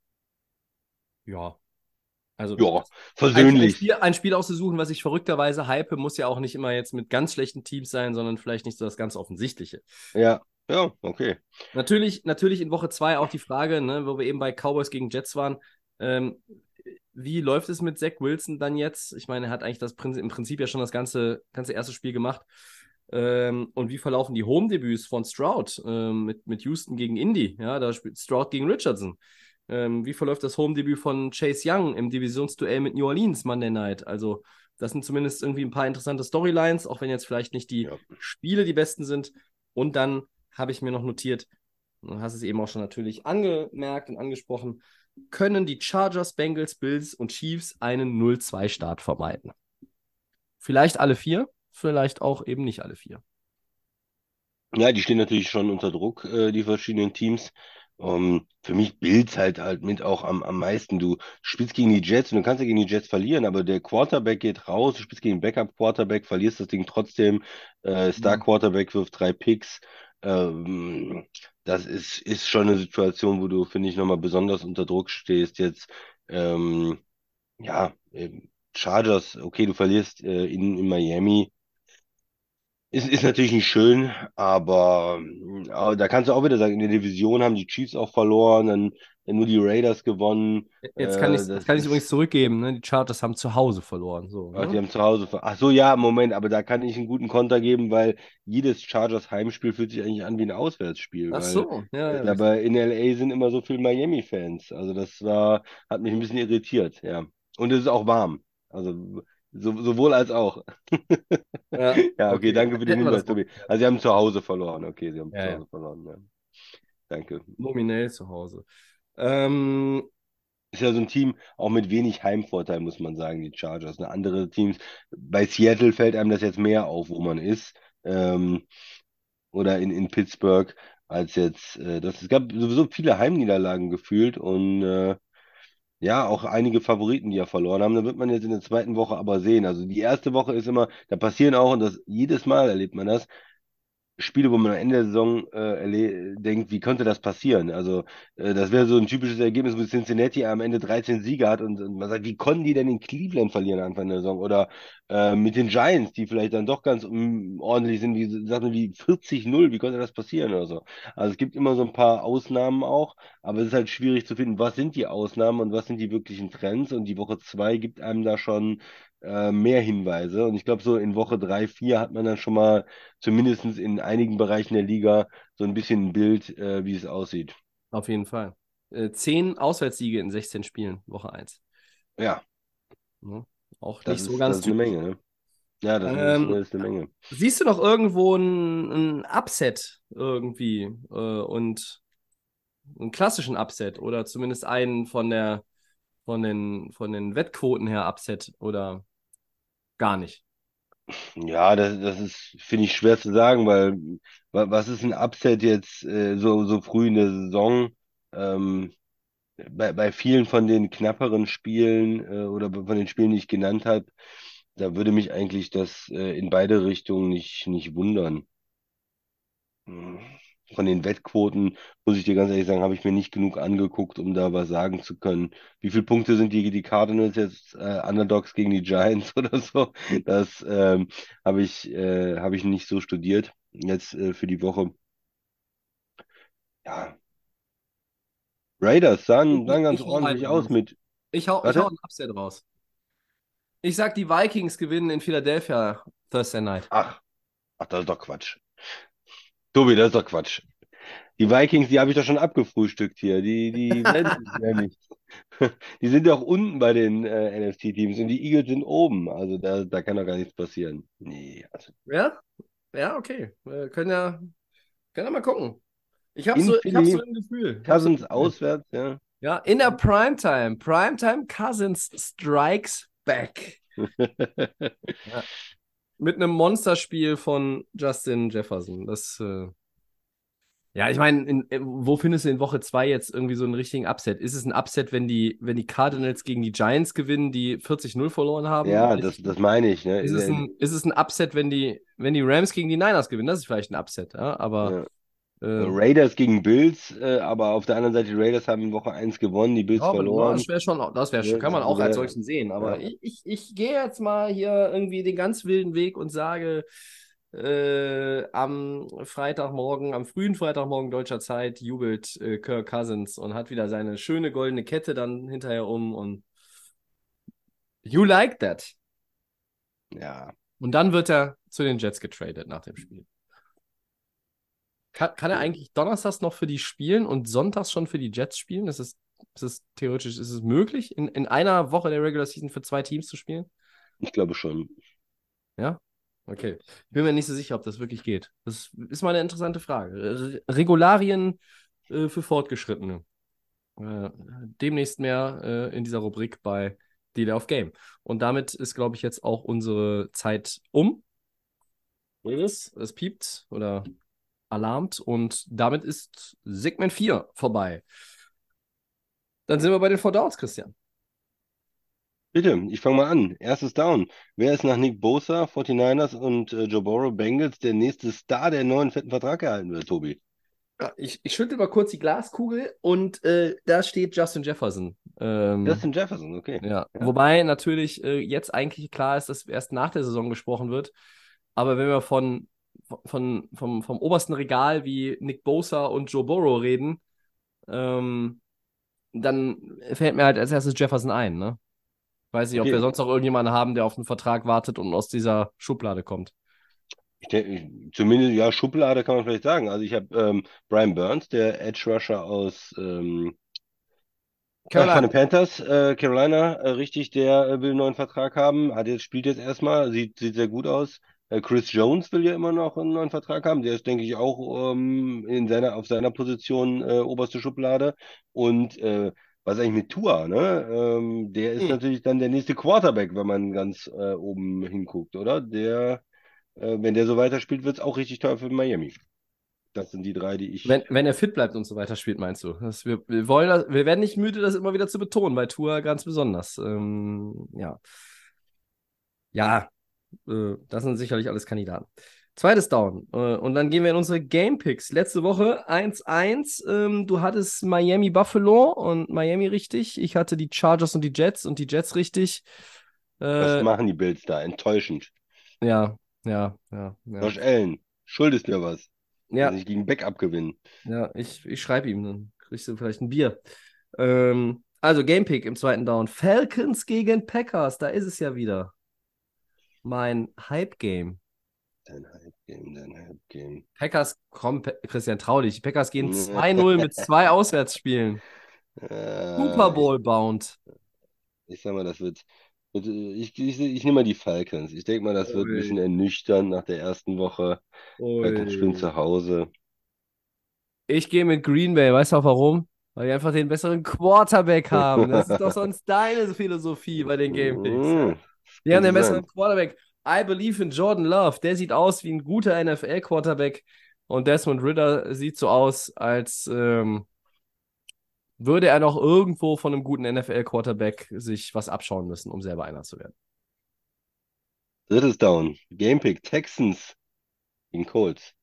Ja, also Ja, ein, ein, versöhnlich. Spiel, ein Spiel auszusuchen, was ich verrückterweise hype, muss ja auch nicht immer jetzt mit ganz schlechten Teams sein, sondern vielleicht nicht so das ganz Offensichtliche. Ja, ja, okay. Natürlich, natürlich in Woche zwei auch die Frage, ne, wo wir eben bei Cowboys gegen Jets waren, ähm, wie läuft es mit Zach Wilson dann jetzt? Ich meine, er hat eigentlich das Prinzip, im Prinzip ja schon das ganze, ganze erste Spiel gemacht. Ähm, und wie verlaufen die Home-Debüts von Stroud ähm, mit, mit Houston gegen Indy? Ja, da spielt Stroud gegen Richardson. Ähm, wie verläuft das Home-Debüt von Chase Young im Divisionsduell mit New Orleans Monday Night? Also, das sind zumindest irgendwie ein paar interessante Storylines, auch wenn jetzt vielleicht nicht die Ja. Spiele die besten sind. Und dann habe ich mir noch notiert, du hast es eben auch schon natürlich angemerkt und angesprochen, können die Chargers, Bengals, Bills und Chiefs einen null zwei Start vermeiden? Vielleicht alle vier, vielleicht auch eben nicht alle vier. Ja, die stehen natürlich schon unter Druck, äh, die verschiedenen Teams. Ähm, für mich Bills halt halt mit auch am, am meisten. Du spielst gegen die Jets und du kannst ja gegen die Jets verlieren, aber der Quarterback geht raus, du spielst gegen Backup-Quarterback, verlierst das Ding trotzdem. Äh, Mhm. Star-Quarterback wirft drei Picks. Ähm, das ist, ist schon eine Situation, wo du, finde ich, nochmal besonders unter Druck stehst. Jetzt, ähm, ja, ähm, Chargers, okay, du verlierst äh, in, in Miami. Ist, ist natürlich nicht schön, aber, mm, aber da kannst du auch wieder sagen, in der Division haben die Chiefs auch verloren, dann, dann nur die Raiders gewonnen. Jetzt kann ich Äh, jetzt das kann ich übrigens ist, zurückgeben, ne? Die Chargers haben zu Hause verloren. So, ach, die ne? haben zu Hause. ver- Ach so, ja, Moment, aber da kann ich einen guten Konter geben, weil jedes Chargers Heimspiel fühlt sich eigentlich an wie ein Auswärtsspiel, Ach weil so, ja, äh, ja, richtig. dabei in L A sind immer so viele Miami-Fans. Also das war, hat mich ein bisschen irritiert, ja. Und es ist auch warm. Also so, sowohl als auch. Ja, Ja, okay, okay. danke für den Hätten wir das Hinweis, noch Tobi. geklärt. Also sie haben zu Hause verloren. Okay, sie haben Ja, zu ja. Hause verloren. Ja. Danke. Nominell zu Hause. Ähm, Ist ja so ein Team auch mit wenig Heimvorteil, muss man sagen, die Chargers. Ne? Andere Teams, bei Seattle fällt einem das jetzt mehr auf, wo man ist. Ähm, oder in, in Pittsburgh, als jetzt, äh, das, es gab sowieso viele Heimniederlagen gefühlt und äh, ja, auch einige Favoriten, die ja verloren haben. Da wird man jetzt in der zweiten Woche aber sehen. Also die erste Woche ist immer, da passieren auch, und das jedes Mal erlebt man das, Spiele, wo man am Ende der Saison äh, erle- denkt, wie konnte das passieren? Also, äh, das wäre so ein typisches Ergebnis, wo Cincinnati am Ende dreizehn Siege hat und, und man sagt, wie konnten die denn in Cleveland verlieren Anfang der Saison? Oder äh, mit den Giants, die vielleicht dann doch ganz mm, ordentlich sind, wie Sachen wie vierzig null, wie konnte das passieren oder so? Also, es gibt immer so ein paar Ausnahmen auch, aber es ist halt schwierig zu finden, was sind die Ausnahmen und was sind die wirklichen Trends? Und die Woche zwei gibt einem da schon äh, mehr Hinweise. Und ich glaube, so in Woche drei, vier hat man dann schon mal zumindest in einigen Bereichen der Liga so ein bisschen ein Bild, äh, wie es aussieht. auf jeden Fall. Äh, zehn Auswärtssiege in sechzehn Spielen, Woche eins. Ja, Ne? Auch das nicht so ist, das ganz ist eine typisch. Menge, ne? Ja, das ist, Ähm, das ist eine Menge. siehst du noch irgendwo ein, ein Upset irgendwie äh, und einen klassischen Upset oder zumindest einen von der von den von den Wettquoten her Upset oder gar nicht? Ja, das, das ist, finde ich, schwer zu sagen, weil wa- was ist ein Upset jetzt äh, so, so früh in der Saison? Ähm, bei, bei vielen von den knapperen Spielen äh, oder von den Spielen, die ich genannt habe, da würde mich eigentlich das äh, in beide Richtungen nicht, nicht wundern. Hm. Von den Wettquoten, muss ich dir ganz ehrlich sagen, habe ich mir nicht genug angeguckt, um da was sagen zu können. Wie viele Punkte sind die, die Cardinals jetzt äh, Underdogs gegen die Giants oder so? Das ähm, habe ich, äh, habe ich nicht so studiert. Jetzt äh, für die Woche. Ja, Raiders Ich, sahen, ich, sahen ganz ich hau einen ordentlich aus raus. mit. Ich hau, ich hau Warte? einen Upset raus. Ich sag, die Vikings gewinnen in Philadelphia Thursday Night. Ach, ach, das ist doch Quatsch. Tobi, das ist doch Quatsch. Die Vikings, die habe ich doch schon abgefrühstückt hier. Die, die werden ja nicht. Die sind ja auch unten bei den äh, N F C-Teams und die Eagles sind oben. Also da, da kann doch gar nichts passieren. Nee, also Ja? Ja, okay. Wir können ja, können ja mal gucken. Ich habe in so, ich hab so Philly, ein Gefühl. Ich habe so ein Cousins Gefühl. auswärts, ja. Ja, in der Primetime. Primetime Cousins strikes back. Ja. Mit einem Monsterspiel von Justin Jefferson. Das, äh, ja, ich meine, wo findest du in Woche zwei jetzt irgendwie so einen richtigen Upset? Ist es ein Upset, wenn die, wenn die Cardinals gegen die Giants gewinnen, die vierzig null verloren haben? Ja, Weiß das, ich das nicht. meine ich, Ist es ne? ein, ist es ein Upset, wenn die, wenn die Rams gegen die Niners gewinnen? Das ist vielleicht ein Upset, ja, aber Ja. äh, Raiders gegen Bills, äh, aber auf der anderen Seite, die Raiders haben in Woche eins gewonnen, die ja, Bills aber verloren. das wäre schon, das wäre schon, Ne? kann man Also auch als wer, solchen sehen. Aber ja. ich, ich, ich gehe jetzt mal hier irgendwie den ganz wilden Weg und sage, äh, am Freitagmorgen, am frühen Freitagmorgen deutscher Zeit jubelt äh, Kirk Cousins und hat wieder seine schöne goldene Kette dann hinterher um und you like that. Ja. Und dann wird er zu den Jets getradet nach dem Spiel. Kann, kann er eigentlich donnerstags noch für die spielen und sonntags schon für die Jets spielen? Ist es, ist es theoretisch, ist es möglich, in, in einer Woche der Regular Season für zwei Teams zu spielen? Ich glaube schon. Ja? Okay. Ich bin mir nicht so sicher, ob das wirklich geht. Das ist mal eine interessante Frage. Re- Regularien äh, für Fortgeschrittene. Äh, demnächst mehr äh, in dieser Rubrik bei Delay of Game. Und damit ist, glaube ich, jetzt auch unsere Zeit um. Es, es piept oder alarmt und damit ist Segment vier vorbei. Dann sind wir bei den Four Downs, Christian. Bitte, ich fange mal an. Erstes Down. Wer ist nach Nick Bosa, forty-niners und äh, Joe Burrow, Bengals der nächste Star, der einen neuen fetten Vertrag erhalten wird, Tobi? Ja, ich, ich schüttel mal kurz die Glaskugel und äh, da steht Justin Jefferson. Ähm, Justin Jefferson, okay. ja, Ja. wobei natürlich äh, jetzt eigentlich klar ist, dass erst nach der Saison gesprochen wird. Aber wenn wir von, von, vom, vom obersten Regal wie Nick Bosa und Joe Burrow reden, ähm, dann fällt mir halt als erstes Jefferson ein, ne? Weiß nicht, ob wir Okay, sonst noch irgendjemanden haben, der auf einen Vertrag wartet und aus dieser Schublade kommt. ich denke, zumindest, ja, Schublade kann man vielleicht sagen. Also ich habe ähm, Brian Burns, der Edge Rusher aus ähm, äh, von Carolina. den Panthers, äh, Carolina, äh, richtig, der äh, will einen neuen Vertrag haben. Hat jetzt, spielt jetzt erstmal, sieht, sieht sehr gut aus. Äh, Chris Jones will ja immer noch einen neuen Vertrag haben. Der ist, denke ich, auch ähm, in seiner, auf seiner Position äh, oberste Schublade. Und äh, was eigentlich mit Tua, ne? Ähm, der ist Hm. natürlich dann der nächste Quarterback, wenn man ganz äh, oben hinguckt, oder? Der Äh, wenn der so weiterspielt, wird es auch richtig teuer für Miami. Das sind die drei, die ich. Wenn, wenn er fit bleibt und so weiter spielt, meinst du? Das, wir, wir, wollen das, wir werden nicht müde, das immer wieder zu betonen, bei Tour ganz besonders. Ähm, ja, ja äh, das sind sicherlich alles Kandidaten. Zweites Down. Äh, und dann gehen wir in unsere Game Picks. Letzte Woche eins eins. Ähm, du hattest Miami Buffalo und Miami richtig. Ich hatte die Chargers und die Jets und die Jets richtig. Was Äh, machen die Bills da? Enttäuschend. ja, ja, ja, ja. Josh Allen, schuldest mir was. Kannst Ja, nicht gegen Backup gewinnen. ja, ich, ich schreibe ihm, dann kriegst du vielleicht ein Bier. Ähm, also Gamepick im zweiten Down. Falcons gegen Packers, da ist es ja wieder. Mein Hype-Game. Dein Hype-Game, dein Hype-Game. Packers, komm, Pe- Christian, trau dich. Die Packers gehen zwei null mit zwei Auswärtsspielen. Super äh, ich, Bowl bound. ich sag mal, das wird. wird, äh, Ich, ich, ich nehme mal die Falcons. Ich denke mal, das wird ein Ui, bisschen ernüchternd nach der ersten Woche. Falcons spielen ui. zu Hause. Ich gehe mit Green Bay, weißt du auch warum? Weil die einfach den besseren Quarterback haben. Das ist doch sonst deine Philosophie bei den Gamepicks. Ja? Hm, Die haben könnte den sein. besseren Quarterback. I believe in Jordan Love. Der sieht aus wie ein guter N F L-Quarterback. Und Desmond Ridder sieht so aus, als ähm, würde er noch irgendwo von einem guten N F L-Quarterback sich was abschauen müssen, um selber einer zu werden. Drittes Down. Gamepick Texans gegen Colts.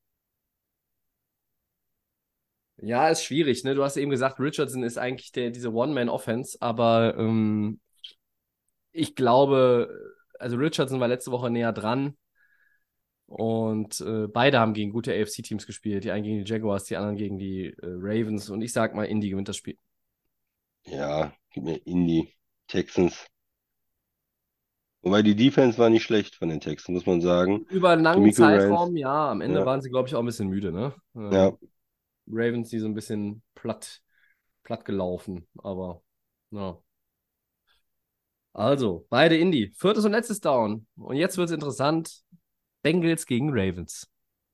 Ja, ist schwierig, ne? Du hast eben gesagt, Richardson ist eigentlich der, diese One-Man-Offense, aber ähm, ich glaube, also Richardson war letzte Woche näher dran und äh, beide haben gegen gute A F C-Teams gespielt. Die einen gegen die Jaguars, die anderen gegen die äh, Ravens und ich sag mal, Indy gewinnt das Spiel. Ja, gib mir Indy. Texans. Wobei die Defense war nicht schlecht von den Texans, muss man sagen. Über einen langen D'Amico Ryans. Zeitraum, ja, am Ende Ja, waren sie, glaube ich, auch ein bisschen müde, ne? ja. Ähm, Ravens, die so ein bisschen platt, platt gelaufen, aber ja. Also, beide Indy. Viertes und letztes Down. Und jetzt wird es interessant. Bengals gegen Ravens.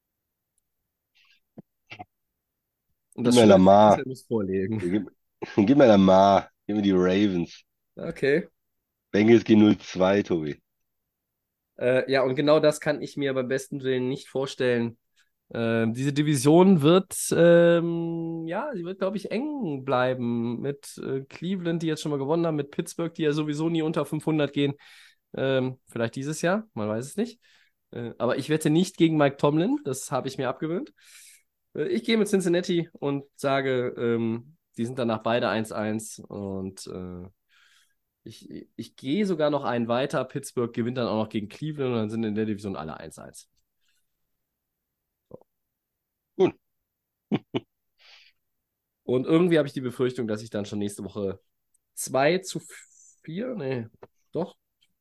Und Gib das mir Schöne ist, Lamar. Christian muss vorlegen. Gib, gib mir Lamar. Gib mir die Ravens. Okay. Bengals gehen null zwei, Tobi. Äh, ja, und genau das kann ich mir beim besten Willen nicht vorstellen. Ähm, diese Division wird, ähm, ja, sie wird, glaube ich, eng bleiben mit äh, Cleveland, die jetzt schon mal gewonnen haben, mit Pittsburgh, die ja sowieso nie unter fünfhundert gehen. Ähm, vielleicht dieses Jahr, man weiß es nicht. Äh, aber ich wette nicht gegen Mike Tomlin, das habe ich mir abgewöhnt. Äh, ich gehe mit Cincinnati und sage, ähm, die sind danach beide eins eins und äh, ich, ich gehe sogar noch einen weiter. Pittsburgh gewinnt dann auch noch gegen Cleveland und dann sind in der Division alle eins eins. Gut. Und irgendwie habe ich die Befürchtung, dass ich dann schon nächste Woche zwei zu vier, nee, doch,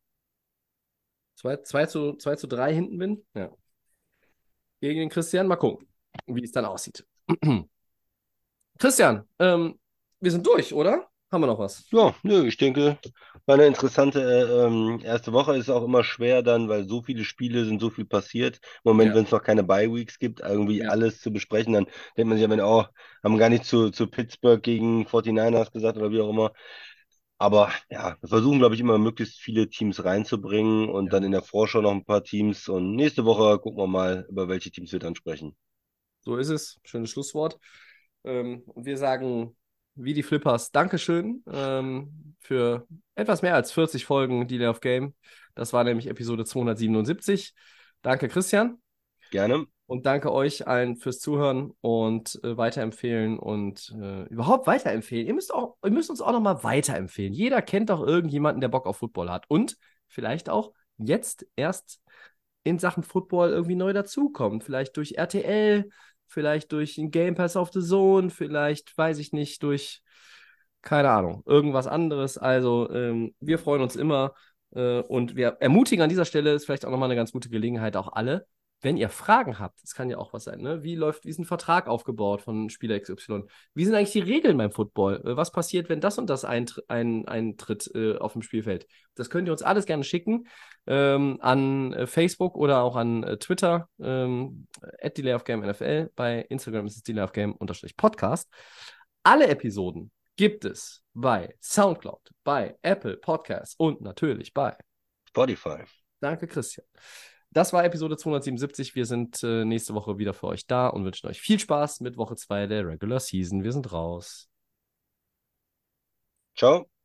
zwei zwei zu, zwei zu drei hinten bin. Ja. Gegen den Christian. Mal gucken, wie es dann aussieht. Christian, ähm, wir sind durch, oder? Haben wir noch was? Ja, nö, ich denke, war eine interessante äh, ähm, erste Woche. Ist auch immer schwer dann, weil so viele Spiele sind, so viel passiert. Im Moment, Ja, wenn es noch keine Bye-Weeks gibt, irgendwie ja. alles zu besprechen, dann denkt man sich ja, wenn, oh, haben gar nicht zu, zu Pittsburgh gegen forty-niners gesagt oder wie auch immer. Aber ja, wir versuchen, glaube ich, immer möglichst viele Teams reinzubringen und dann Ja. in der Vorschau noch ein paar Teams. Und nächste Woche gucken wir mal, über welche Teams wir dann sprechen. So ist es. Schönes Schlusswort. Ähm, und wir sagen, wie die Flippers, Dankeschön ähm, für etwas mehr als vierzig Folgen Delay of Game. Das war nämlich Episode zweihundertsiebenundsiebzig. Danke, Christian. Gerne. Und danke euch allen fürs Zuhören und äh, weiterempfehlen und äh, überhaupt weiterempfehlen. Ihr müsst, auch, ihr müsst uns auch nochmal weiterempfehlen. Jeder kennt doch irgendjemanden, der Bock auf Football hat. Und vielleicht auch jetzt erst in Sachen Football irgendwie neu dazukommt. Vielleicht durch R T L, vielleicht durch den Game Pass auf the Zone, vielleicht, weiß ich nicht, durch, keine Ahnung, irgendwas anderes. Also ähm, wir freuen uns immer äh, und wir ermutigen an dieser Stelle, ist vielleicht auch nochmal eine ganz gute Gelegenheit, auch alle, wenn ihr Fragen habt, das kann ja auch was sein, ne? Wie läuft, wie ist ein Vertrag aufgebaut von Spieler X Y? Wie sind eigentlich die Regeln beim Football? Äh, Was passiert, wenn das und das eintr ein, eintritt äh, auf dem Spielfeld? Das könnt ihr uns alles gerne schicken ähm, an äh, Facebook oder auch an äh, Twitter, ähm, at Delay of Game N F L. Bei Instagram ist es Delay of Game Podcast. Alle Episoden gibt es bei SoundCloud, bei Apple Podcasts und natürlich bei Spotify. Danke, Christian. Das war Episode zweihundertsiebenundsiebzig. Wir sind äh, nächste Woche wieder für euch da und wünschen euch viel Spaß mit Woche zwei der Regular Season. Wir sind raus. Ciao.